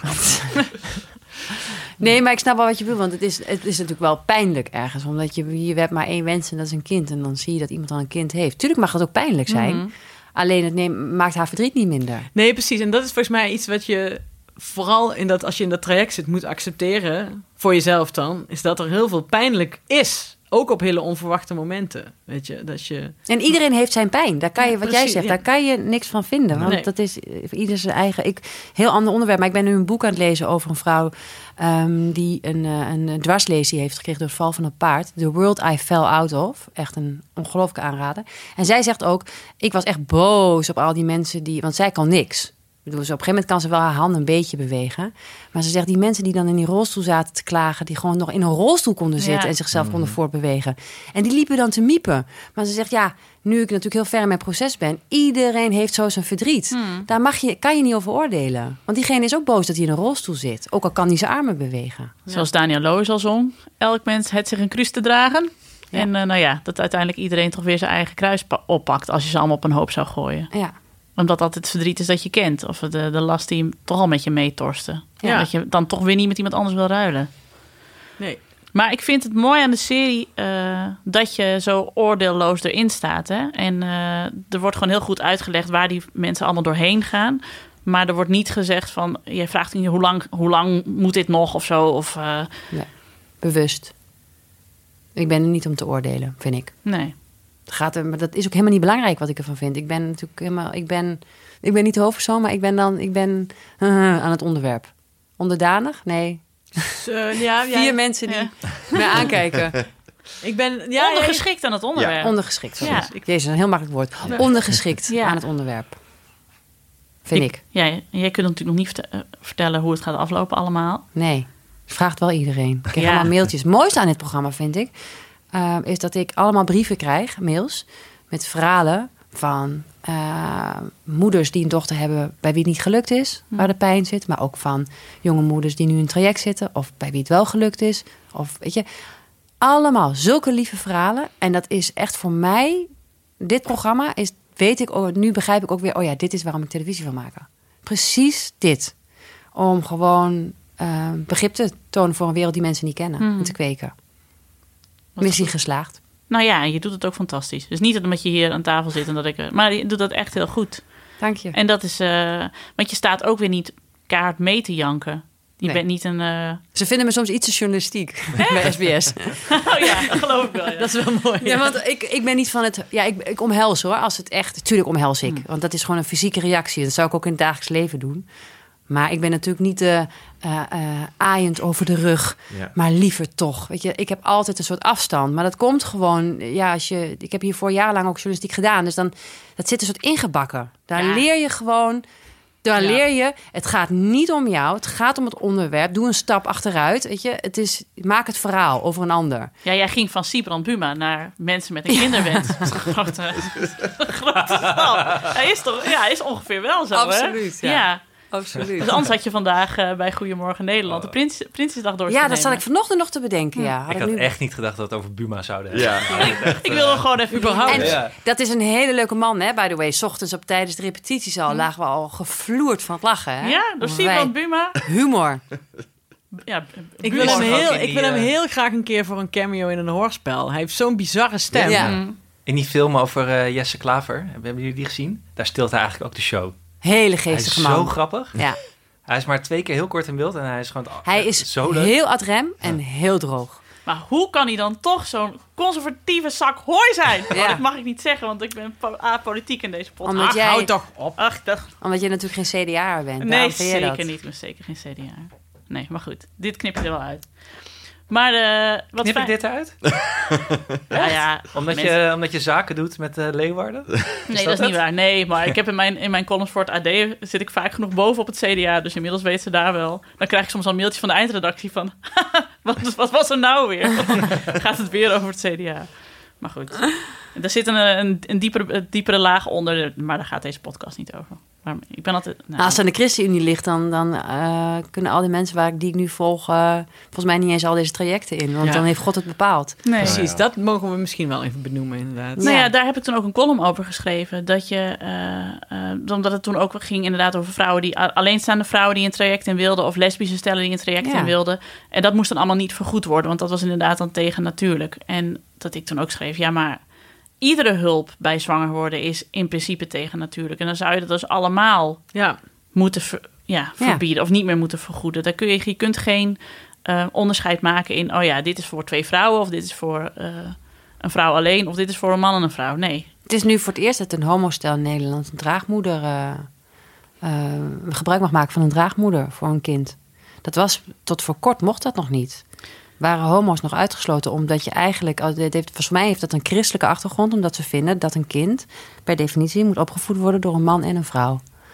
Nee, maar ik snap wel wat je bedoelt. Want het is, het is natuurlijk wel pijnlijk ergens. Omdat je, je hebt maar één wens en dat is een kind. En dan zie je dat iemand al een kind heeft. Tuurlijk mag dat ook pijnlijk zijn. Mm-hmm. Alleen het neemt, maakt haar verdriet niet minder. Nee, precies. En dat is volgens mij iets wat je... vooral in dat, als je in dat traject zit, moet accepteren. Voor jezelf dan. Is dat er heel veel pijnlijk is. Ook op hele onverwachte momenten, weet je, dat je... En iedereen heeft zijn pijn. Daar kan je, wat ja, precies, jij zegt, ja. daar kan je niks van vinden. Want nee. dat is ieder zijn eigen... Ik, heel ander onderwerp, maar ik ben nu een boek aan het lezen over een vrouw... Um, die een, een dwarslesie heeft gekregen door het val van een paard. The World I Fell Out Of. Echt een ongelooflijke aanrader. En zij zegt ook, ik was echt boos op al die mensen die... Want zij kan niks. Ik bedoel, ze op een gegeven moment kan ze wel haar handen een beetje bewegen. Maar ze zegt, die mensen die dan in die rolstoel zaten te klagen... die gewoon nog in een rolstoel konden zitten... Ja. en zichzelf konden voortbewegen. En die liepen dan te miepen. Maar ze zegt, ja, nu ik natuurlijk heel ver in mijn proces ben... iedereen heeft zo zijn verdriet. Hmm. Daar mag je, kan je niet over oordelen. Want diegene is ook boos dat hij in een rolstoel zit. Ook al kan hij zijn armen bewegen. Zoals Daniel Loos al zong. Elk mens heeft zich een kruis te dragen. Ja. En uh, nou ja, dat uiteindelijk iedereen toch weer zijn eigen kruis pa- oppakt... als je ze allemaal op een hoop zou gooien. Ja. Omdat dat het verdriet is dat je kent. Of de, de last die hem toch al met je meetorsten. Ja. Dat je dan toch weer niet met iemand anders wil ruilen. Nee. Maar ik vind het mooi aan de serie uh, dat je zo oordeelloos erin staat. Hè? En uh, er wordt gewoon heel goed uitgelegd waar die mensen allemaal doorheen gaan. Maar er wordt niet gezegd van... Je vraagt niet hoe lang, hoe lang moet dit nog of zo. Of, uh, Nee. Bewust. Ik ben er niet om te oordelen, vind ik. nee. Het gaat er, maar dat is ook helemaal niet belangrijk wat ik ervan vind. Ik ben natuurlijk helemaal... Ik ben, ik ben niet de hoofdpersoon, maar ik ben dan... Ik ben uh, aan het onderwerp. Onderdanig? Nee. Dus, uh, ja, Vier ja, mensen die ja. mij aankijken. Ik ben... Ja, Ondergeschikt aan het onderwerp. Ondergeschikt. sorry. Ja. Jezus, een heel makkelijk woord. Ondergeschikt Ja. aan het onderwerp. Vind ik. Ja, jij kunt natuurlijk nog niet verte- uh, vertellen hoe het gaat aflopen allemaal. Nee. Vraagt wel iedereen. Ik krijg Ja. allemaal mailtjes. Het mooiste aan dit programma, vind ik... Uh, is dat ik allemaal brieven krijg, mails... met verhalen van uh, moeders die een dochter hebben... bij wie het niet gelukt is, waar de pijn zit. Maar ook van jonge moeders die nu in een traject zitten... of bij wie het wel gelukt is. Of weet je, allemaal zulke lieve verhalen. En dat is echt voor mij... Dit programma is, weet ik, oh, nu begrijp ik ook weer... oh ja, dit is waarom ik televisie wil maken. Precies dit. Om gewoon uh, begrip te tonen voor een wereld die mensen niet kennen. Hmm. En te kweken. Wat Missie goed. geslaagd. Nou ja, je doet het ook fantastisch. Dus niet omdat je hier aan tafel zit en dat ik... uh, Maar je doet dat echt heel goed. Dank je. En dat is... Uh, want je staat ook weer niet kaart mee te janken. Je Nee. bent niet een... Uh... Ze vinden me soms iets te journalistiek bij S B S. Oh ja, dat geloof ik wel. Ja. Dat is wel mooi. Ja, want ik, ik ben niet van het... Ja, ik, ik omhels hoor, als het echt... Tuurlijk omhels ik. Hmm. Want dat is gewoon een fysieke reactie. Dat zou ik ook in het dagelijks leven doen. Maar ik ben natuurlijk niet uh, uh, uh, aaiend over de rug. Ja. Maar liever toch. Weet je, ik heb altijd een soort afstand. Maar dat komt gewoon... Ja, als je, ik heb hiervoor jarenlang ook journalistiek gedaan. Dus dan... Dat zit een soort ingebakken. Daar Ja. leer je gewoon... Daar Ja. leer je, het gaat niet om jou. Het gaat om het onderwerp. Doe een stap achteruit. Weet je, het is, maak het verhaal over een ander. Ja, jij ging van Sibrand Buma naar mensen met een kinderwens. Dat is een grote, grote stap. Hij is toch... Ja, hij is ongeveer wel zo, Absoluut, hè? ja. ja. Absoluut. Dus anders had je vandaag uh, bij Goedemorgen Nederland de Prins, Prinsjesdag door te Ja, dat nemen. zat ik vanochtend nog te bedenken. Ja. Ik had echt niet gedacht dat we het over Buma zouden hebben. Ja. Ik wilde gewoon even überhaupt. En Ja. dat is een hele leuke man, hè, by the way. 's Ochtends op tijdens de repetities al lagen we al gevloerd van het lachen. Hè? Ja, door Wij- Sibrand Buma. Humor. Ja, Ik wil, hem Humor heel, ook in ik die, wil hem uh, heel graag een keer voor een cameo in een hoorspel. Hij heeft zo'n bizarre stem. Ja. Mm. In die film over uh, Jesse Klaver, hebben jullie die gezien? Daar stilt hij eigenlijk ook de show. Hele Hij is geestige zo man. grappig. Ja. Hij is maar twee keer heel kort in beeld en hij is gewoon Hij is zo leuk. heel ad rem en heel droog. Maar hoe kan hij dan toch zo'n conservatieve zak hooi zijn? Ja. Oh, dat mag ik niet zeggen, want ik ben po- apolitiek in deze podcast. Omdat Ach, jij- hou toch op. Ach, dat... Omdat je natuurlijk geen C D A'er bent. Nee, Daarom vind je zeker dat. niet. Ik ben zeker geen C D A. Nee, maar goed. Dit knip je er wel uit. Maar uh, wat Knip ik fijn- dit eruit? Ja, ja. Omdat, mensen- je, omdat je zaken doet met uh, Leeuwarden? Nee, dat, dat is niet het? waar. Nee, maar ik heb in mijn, in mijn columns voor het A D zit ik vaak genoeg boven op het C D A. Dus inmiddels weet ze daar wel. Dan krijg ik soms al een mailtje van de eindredactie van... wat, wat was er nou weer? Gaat het weer over het C D A? Maar goed. Er zit een, een, een diepere, een diepere laag onder. Maar daar gaat deze podcast niet over. Maar ik ben altijd... Nou, Nou, als het aan de ChristenUnie ligt, dan, dan uh, kunnen al die mensen waar ik, die ik nu volg... Uh, volgens mij niet eens al deze trajecten in. Want Ja. dan heeft God het bepaald. nee. Precies, Ja. dat mogen we misschien wel even benoemen inderdaad. Nou ja, Ja. daar heb ik toen ook een column over geschreven. Dat je, uh, uh, omdat het toen ook ging inderdaad over vrouwen die alleenstaande vrouwen die een traject in wilden, of lesbische stellen die een traject Ja. in wilden. En dat moest dan allemaal niet vergoed worden, want dat was inderdaad dan tegen natuurlijk. En dat ik toen ook schreef, ja, maar iedere hulp bij zwanger worden is in principe tegen natuurlijk. En dan zou je dat dus allemaal Ja, moeten ver- ja, Ja. verbieden of niet meer moeten vergoeden. Daar kun je, je kunt geen uh, onderscheid maken in, oh ja, dit is voor twee vrouwen of dit is voor uh, een vrouw alleen of dit is voor een man en een vrouw. Nee. Het is nu voor het eerst dat een homostel in Nederland een draagmoeder... Uh, uh, gebruik mag maken van een draagmoeder voor een kind. Dat was tot voor kort mocht dat nog niet. Waren homo's nog uitgesloten omdat je eigenlijk... Het heeft, volgens mij heeft dat een christelijke achtergrond... omdat ze vinden dat een kind per definitie moet opgevoed worden door een man en een vrouw.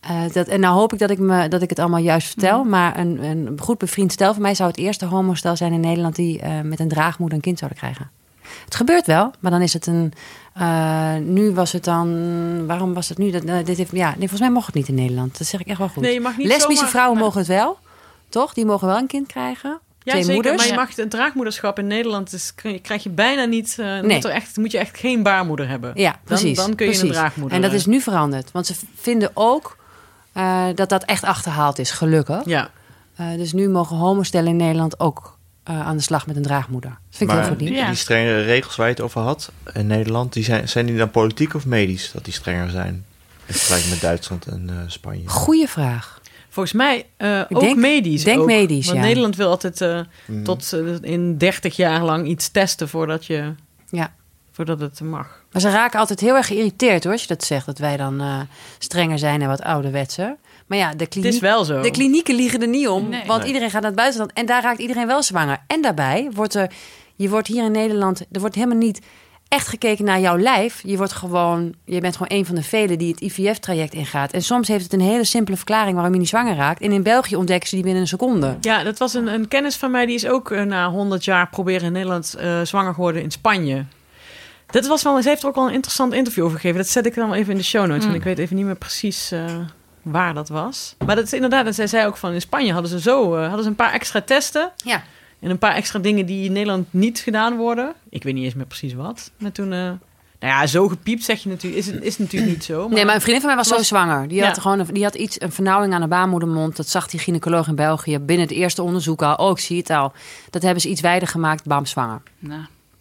Uh, dat, en nou hoop ik dat ik, me, dat ik het allemaal juist vertel. Mm. Maar een, een goed bevriend stel van mij zou het eerste homostel zijn in Nederland die uh, met een draagmoeder een kind zouden krijgen. Het gebeurt wel, maar dan is het een... Uh, nu was het dan... Waarom was het nu? Dat, uh, dit heeft, ja, nee, volgens mij mocht het niet in Nederland. Dat zeg ik echt wel goed. Nee, je mag niet Lesbische zomaar, vrouwen maar... mogen het wel. Toch? Die mogen wel een kind krijgen. Ja, Twee zeker. moeders. Maar je mag een draagmoederschap in Nederland... Dus krijg je bijna niet... Uh, nee. moet, er echt, moet je echt geen baarmoeder hebben. Ja, precies. Dan, dan kun je precies. een draagmoeder... En dat is nu veranderd. Want ze vinden ook uh, dat dat echt achterhaald is, gelukkig. Ja. Uh, dus nu mogen homostellen in Nederland ook... Uh, aan de slag met een draagmoeder. Dat vind ik maar heel goed niet. Die, die strenge regels waar je het over had in Nederland, die zijn, zijn die dan politiek of medisch dat die strenger zijn? In vergelijking met Duitsland en uh, Spanje. Goeie vraag. Volgens mij uh, ook denk, medisch. Denk ook. medisch, Want ja. Nederland wil altijd uh, mm. tot uh, in dertig jaar lang iets testen voordat je... Ja. Voordat het mag. Maar ze raken altijd heel erg geïrriteerd hoor, als je dat zegt. Dat wij dan uh, strenger zijn en wat ouderwetser. Maar ja, de, kliniek, het is wel zo. de klinieken liegen er niet om. Nee. Want Nee. iedereen gaat naar het buitenland. En daar raakt iedereen wel zwanger. En daarbij wordt er... Je wordt hier in Nederland... Er wordt helemaal niet echt gekeken naar jouw lijf. Je wordt gewoon... Je bent gewoon een van de velen die het I V F-traject ingaat. En soms heeft het een hele simpele verklaring waarom je niet zwanger raakt. En in België ontdekken ze die binnen een seconde. Ja, dat was een, een kennis van mij. Die is ook uh, na honderd jaar proberen in Nederland uh, zwanger geworden in Spanje. Dat was wel, ze heeft er ook al een interessant interview over gegeven. Dat zet ik dan wel even in de show notes. Mm. Want ik weet even niet meer precies uh, waar dat was. Maar dat is inderdaad, dat zij zei ook van in Spanje hadden ze zo uh, hadden ze een paar extra testen. Ja. En een paar extra dingen die in Nederland niet gedaan worden. Ik weet niet eens meer precies wat. Maar toen, uh, nou ja, zo gepiept zeg je natuurlijk, is het is natuurlijk niet zo. Maar... Nee, maar een vriendin van mij was, was... zo zwanger. Die ja. had gewoon een, die had iets, een vernauwing aan de baarmoedermond. Dat zag die gynaecoloog in België binnen het eerste onderzoek al. Oh, ik zie het al. Dat hebben ze iets wijder gemaakt, bam, zwanger. Nou.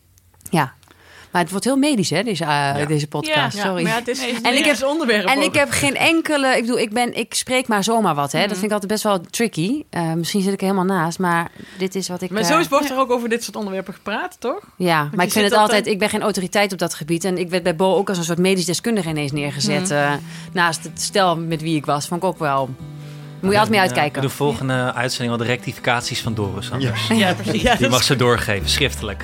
Ja. Maar het wordt heel medisch, hè, deze, uh, ja. deze podcast. Ja, Sorry. maar ja, het is, nee, en ik heb onderwerp En ook. ik heb geen enkele... Ik bedoel, ik, ben, ik spreek maar zomaar wat, hè. Mm-hmm. Dat vind ik altijd best wel tricky. Uh, misschien zit ik er helemaal naast, maar dit is wat ik... Maar uh, zo wordt er ook over dit soort onderwerpen gepraat, toch? Ja, Want maar ik vind het altijd... altijd... Ik ben geen autoriteit op dat gebied. En ik werd bij Bo ook als een soort medisch deskundige ineens neergezet. Mm. Uh, naast het stel met wie ik was. Vond ik ook wel... Moet je altijd mee uitkijken. De volgende ja. uitzending al de rectificaties van Doris anders. Ja, ja precies. Ja, die mag ze doorgeven, schriftelijk.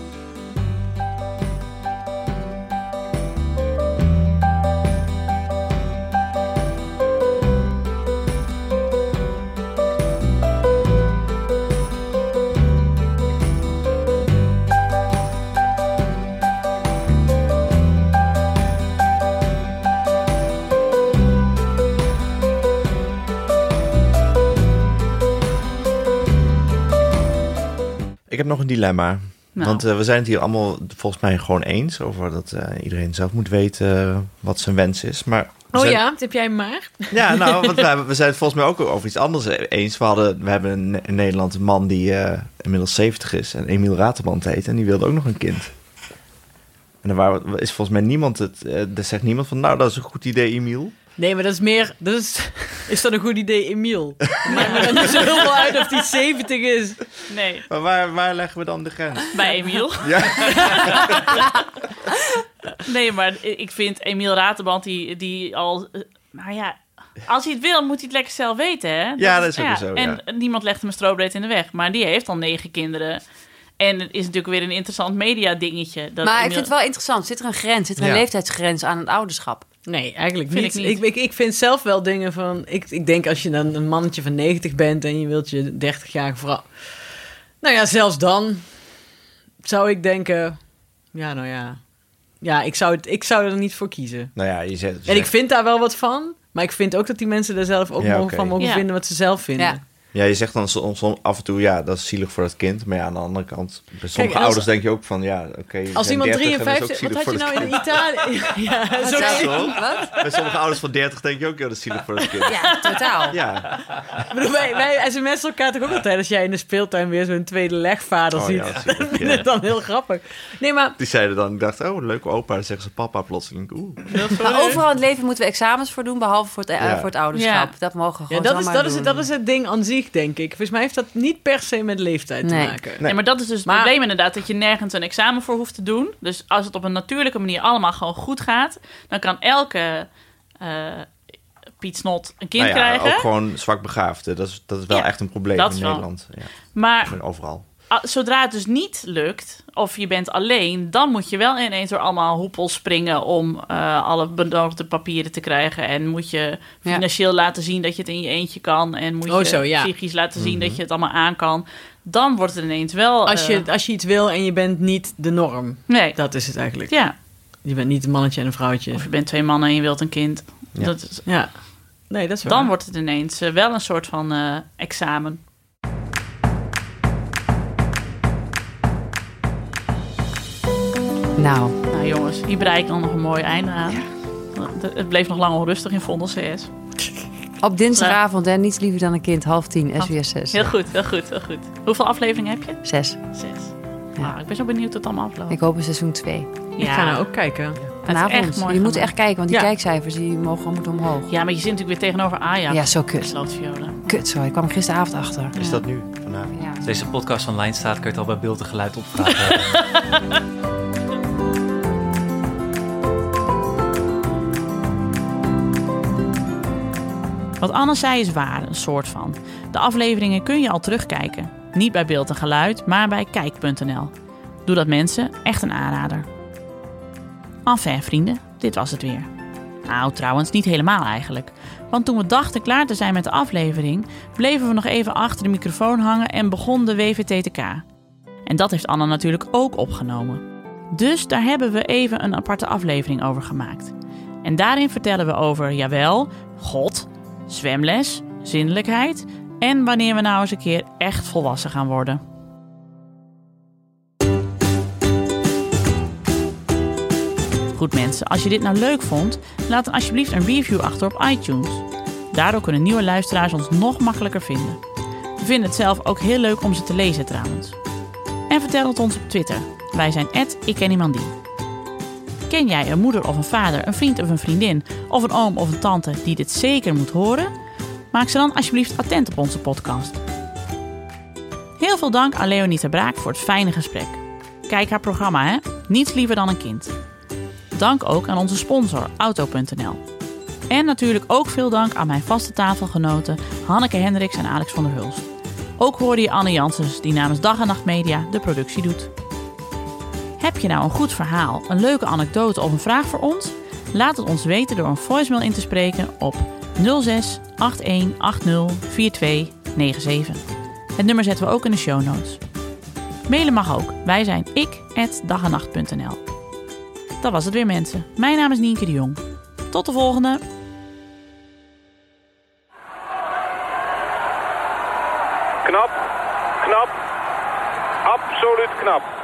Ik heb nog een dilemma. Nou. Want uh, we zijn het hier allemaal volgens mij gewoon eens over dat uh, iedereen zelf moet weten uh, wat zijn wens is. Maar oh zijn... ja, heb jij maar? Ja, nou, want we, we zijn het volgens mij ook over iets anders eens. We, hadden, we hebben in Nederland een man die uh, inmiddels zeventig is en Emiel Raterband heet en die wilde ook nog een kind. En er is volgens mij niemand, het, uh, er zegt niemand van, nou, dat is een goed idee, Emiel. Nee, maar dat is meer... Dat is, is dat een goed idee, Emiel? Maakt me dan niet zo heel veel uit of die zeventig is. Nee. Maar waar, waar leggen we dan de grens? Bij Emiel. Ja. Nee, maar ik vind Emiel Raterband die, die al... Nou ja, als hij het wil, moet hij het lekker zelf weten, hè? Dat Ja, dat is ook ja, zo, En ja. niemand legt hem een strobreed in de weg. Maar die heeft al negen kinderen. En het is natuurlijk weer een interessant media dingetje. Dat maar Emiel... ik vind het wel interessant. Zit er een grens? Zit er een Ja. leeftijdsgrens aan het ouderschap? Nee, eigenlijk Vind niet. ik Ik, niet. ik, ik vind zelf wel dingen van... Ik, ik denk als je dan een mannetje van negentig bent... en je wilt je dertigjarige vrouw... Nou ja, zelfs dan zou ik denken... Ja, nou ja... Ja, ik zou, het, ik zou er niet voor kiezen. Nou ja, je zegt... Je En ik zegt- vind daar wel wat van... Maar ik vind ook dat die mensen daar zelf ook Ja, mogen, oké. van mogen Ja. vinden... wat ze zelf vinden. Ja. Ja, je zegt dan soms som, af en toe, ja, dat is zielig voor het kind. Maar ja, aan de andere kant, bij sommige als- ouders denk je ook van, ja, oké, okay, Als iemand drieënventig... Wat had je nou in Italië? Ja, zo zei zie- je? Wat? Bij sommige ouders van dertig denk je ook, ja, dat is zielig voor het kind. Ja, totaal. Ja, Ik bedoel, wij, wij sms'en elkaar toch ook altijd... als jij in de speeltuin weer zo'n tweede legvader oh, ziet. ja, dat is zielig, Ik vind ja. het dan heel grappig. Nee, maar... Die zeiden dan, ik dacht, oh, leuke opa. Dan zeggen ze papa plotseling. Oeh. Maar overal in het leven moeten we examens voor doen, behalve voor het, uh, Ja. voor het ouderschap. Ja. Dat mogen we Ja, gewoon dat is, zomaar dat, is, doen. dat is het ding aan zich, denk ik. Volgens mij heeft dat niet per se met leeftijd Nee. te maken. Nee, maar dat is dus het Maar- probleem inderdaad, dat je nergens een examen voor hoeft te doen. Dus als het op een natuurlijke manier allemaal gewoon goed gaat, dan kan elke uh, Piet Snot een kind Nou ja, krijgen. ook gewoon zwak begaafden. Dat is, dat is wel Ja, echt een probleem dat in is wel. Nederland. Ja, Maar en overal. a- zodra het dus niet lukt, of je bent alleen, dan moet je wel ineens door allemaal hoepels springen om uh, alle benodigde papieren te krijgen. En moet je financieel ja. laten zien dat je het in je eentje kan. En moet oh, je zo, ja. psychisch laten zien mm-hmm. dat je het allemaal aan kan. Dan wordt het ineens wel... Als je, uh, als je iets wil en je bent niet de norm. Nee. Dat is het eigenlijk. Ja. Je bent niet een mannetje en een vrouwtje. Of je bent twee mannen en je wilt een kind. Ja. Dat is, ja. Nee, dat is waar. Dan wordt het ineens uh, wel een soort van uh, examen. Nou. Nou jongens, hier bereik ik dan nog een mooi einde aan. Ja. Het bleef nog lang onrustig in Vondel C S. Op dinsdagavond, hè? Niets liever dan een kind, half tien, S W S zes. Heel goed, heel goed, heel goed. Hoeveel afleveringen heb je? Zes. Zes. Ja. Ah, ik ben zo benieuwd hoe het allemaal afloopt. Ik hoop een seizoen twee. Ja. Ik ga nou ook kijken. Vanavond. Mooi je moet gemaakt. echt kijken, want die ja. kijkcijfers die mogen moeten omhoog. Ja, maar je zit natuurlijk weer tegenover Ajax. Ja, zo kut. Slootviolen. Kut, zo. Ik kwam er gisteravond achter. Is dat nu, vanavond? Ja. Als deze podcast online staat, kun je het al bij beeld en geluid opvragen. Wat Anne zei is waar, een soort van. De afleveringen kun je al terugkijken. Niet bij beeld en geluid, maar bij kijk punt n l. Doe dat mensen, echt een aanrader. Enfin vrienden, dit was het weer. Nou, trouwens niet helemaal eigenlijk. Want toen we dachten klaar te zijn met de aflevering, bleven we nog even achter de microfoon hangen en begon de W V T T K. En dat heeft Anne natuurlijk ook opgenomen. Dus daar hebben we even een aparte aflevering over gemaakt. En daarin vertellen we over, jawel, God, zwemles, zindelijkheid en wanneer we nou eens een keer echt volwassen gaan worden. Goed mensen, als je dit nou leuk vond, laat dan alsjeblieft een review achter op iTunes. Daardoor kunnen nieuwe luisteraars ons nog makkelijker vinden. We vinden het zelf ook heel leuk om ze te lezen trouwens. En vertel het ons op Twitter. Wij zijn at ikkenniemandie. Ken jij een moeder of een vader, een vriend of een vriendin of een oom of een tante die dit zeker moet horen? Maak ze dan alsjeblieft attent op onze podcast. Heel veel dank aan Leonie ter Braak voor het fijne gesprek. Kijk haar programma hè, Niets liever dan een kind. Dank ook aan onze sponsor auto punt n l. En natuurlijk ook veel dank aan mijn vaste tafelgenoten Hanneke Hendricks en Alex van der Hulst. Ook hoorde je Anne Janssens die namens Dag en Nacht Media de productie doet. Heb je nou een goed verhaal, een leuke anekdote of een vraag voor ons? Laat het ons weten door een voicemail in te spreken op nul zes acht een acht nul vier twee negen zeven. Het nummer zetten we ook in de show notes. Mailen mag ook. Wij zijn ik at dag en nacht punt n l. Dat was het weer mensen. Mijn naam is Nienke de Jong. Tot de volgende. Knap, knap, absoluut knap.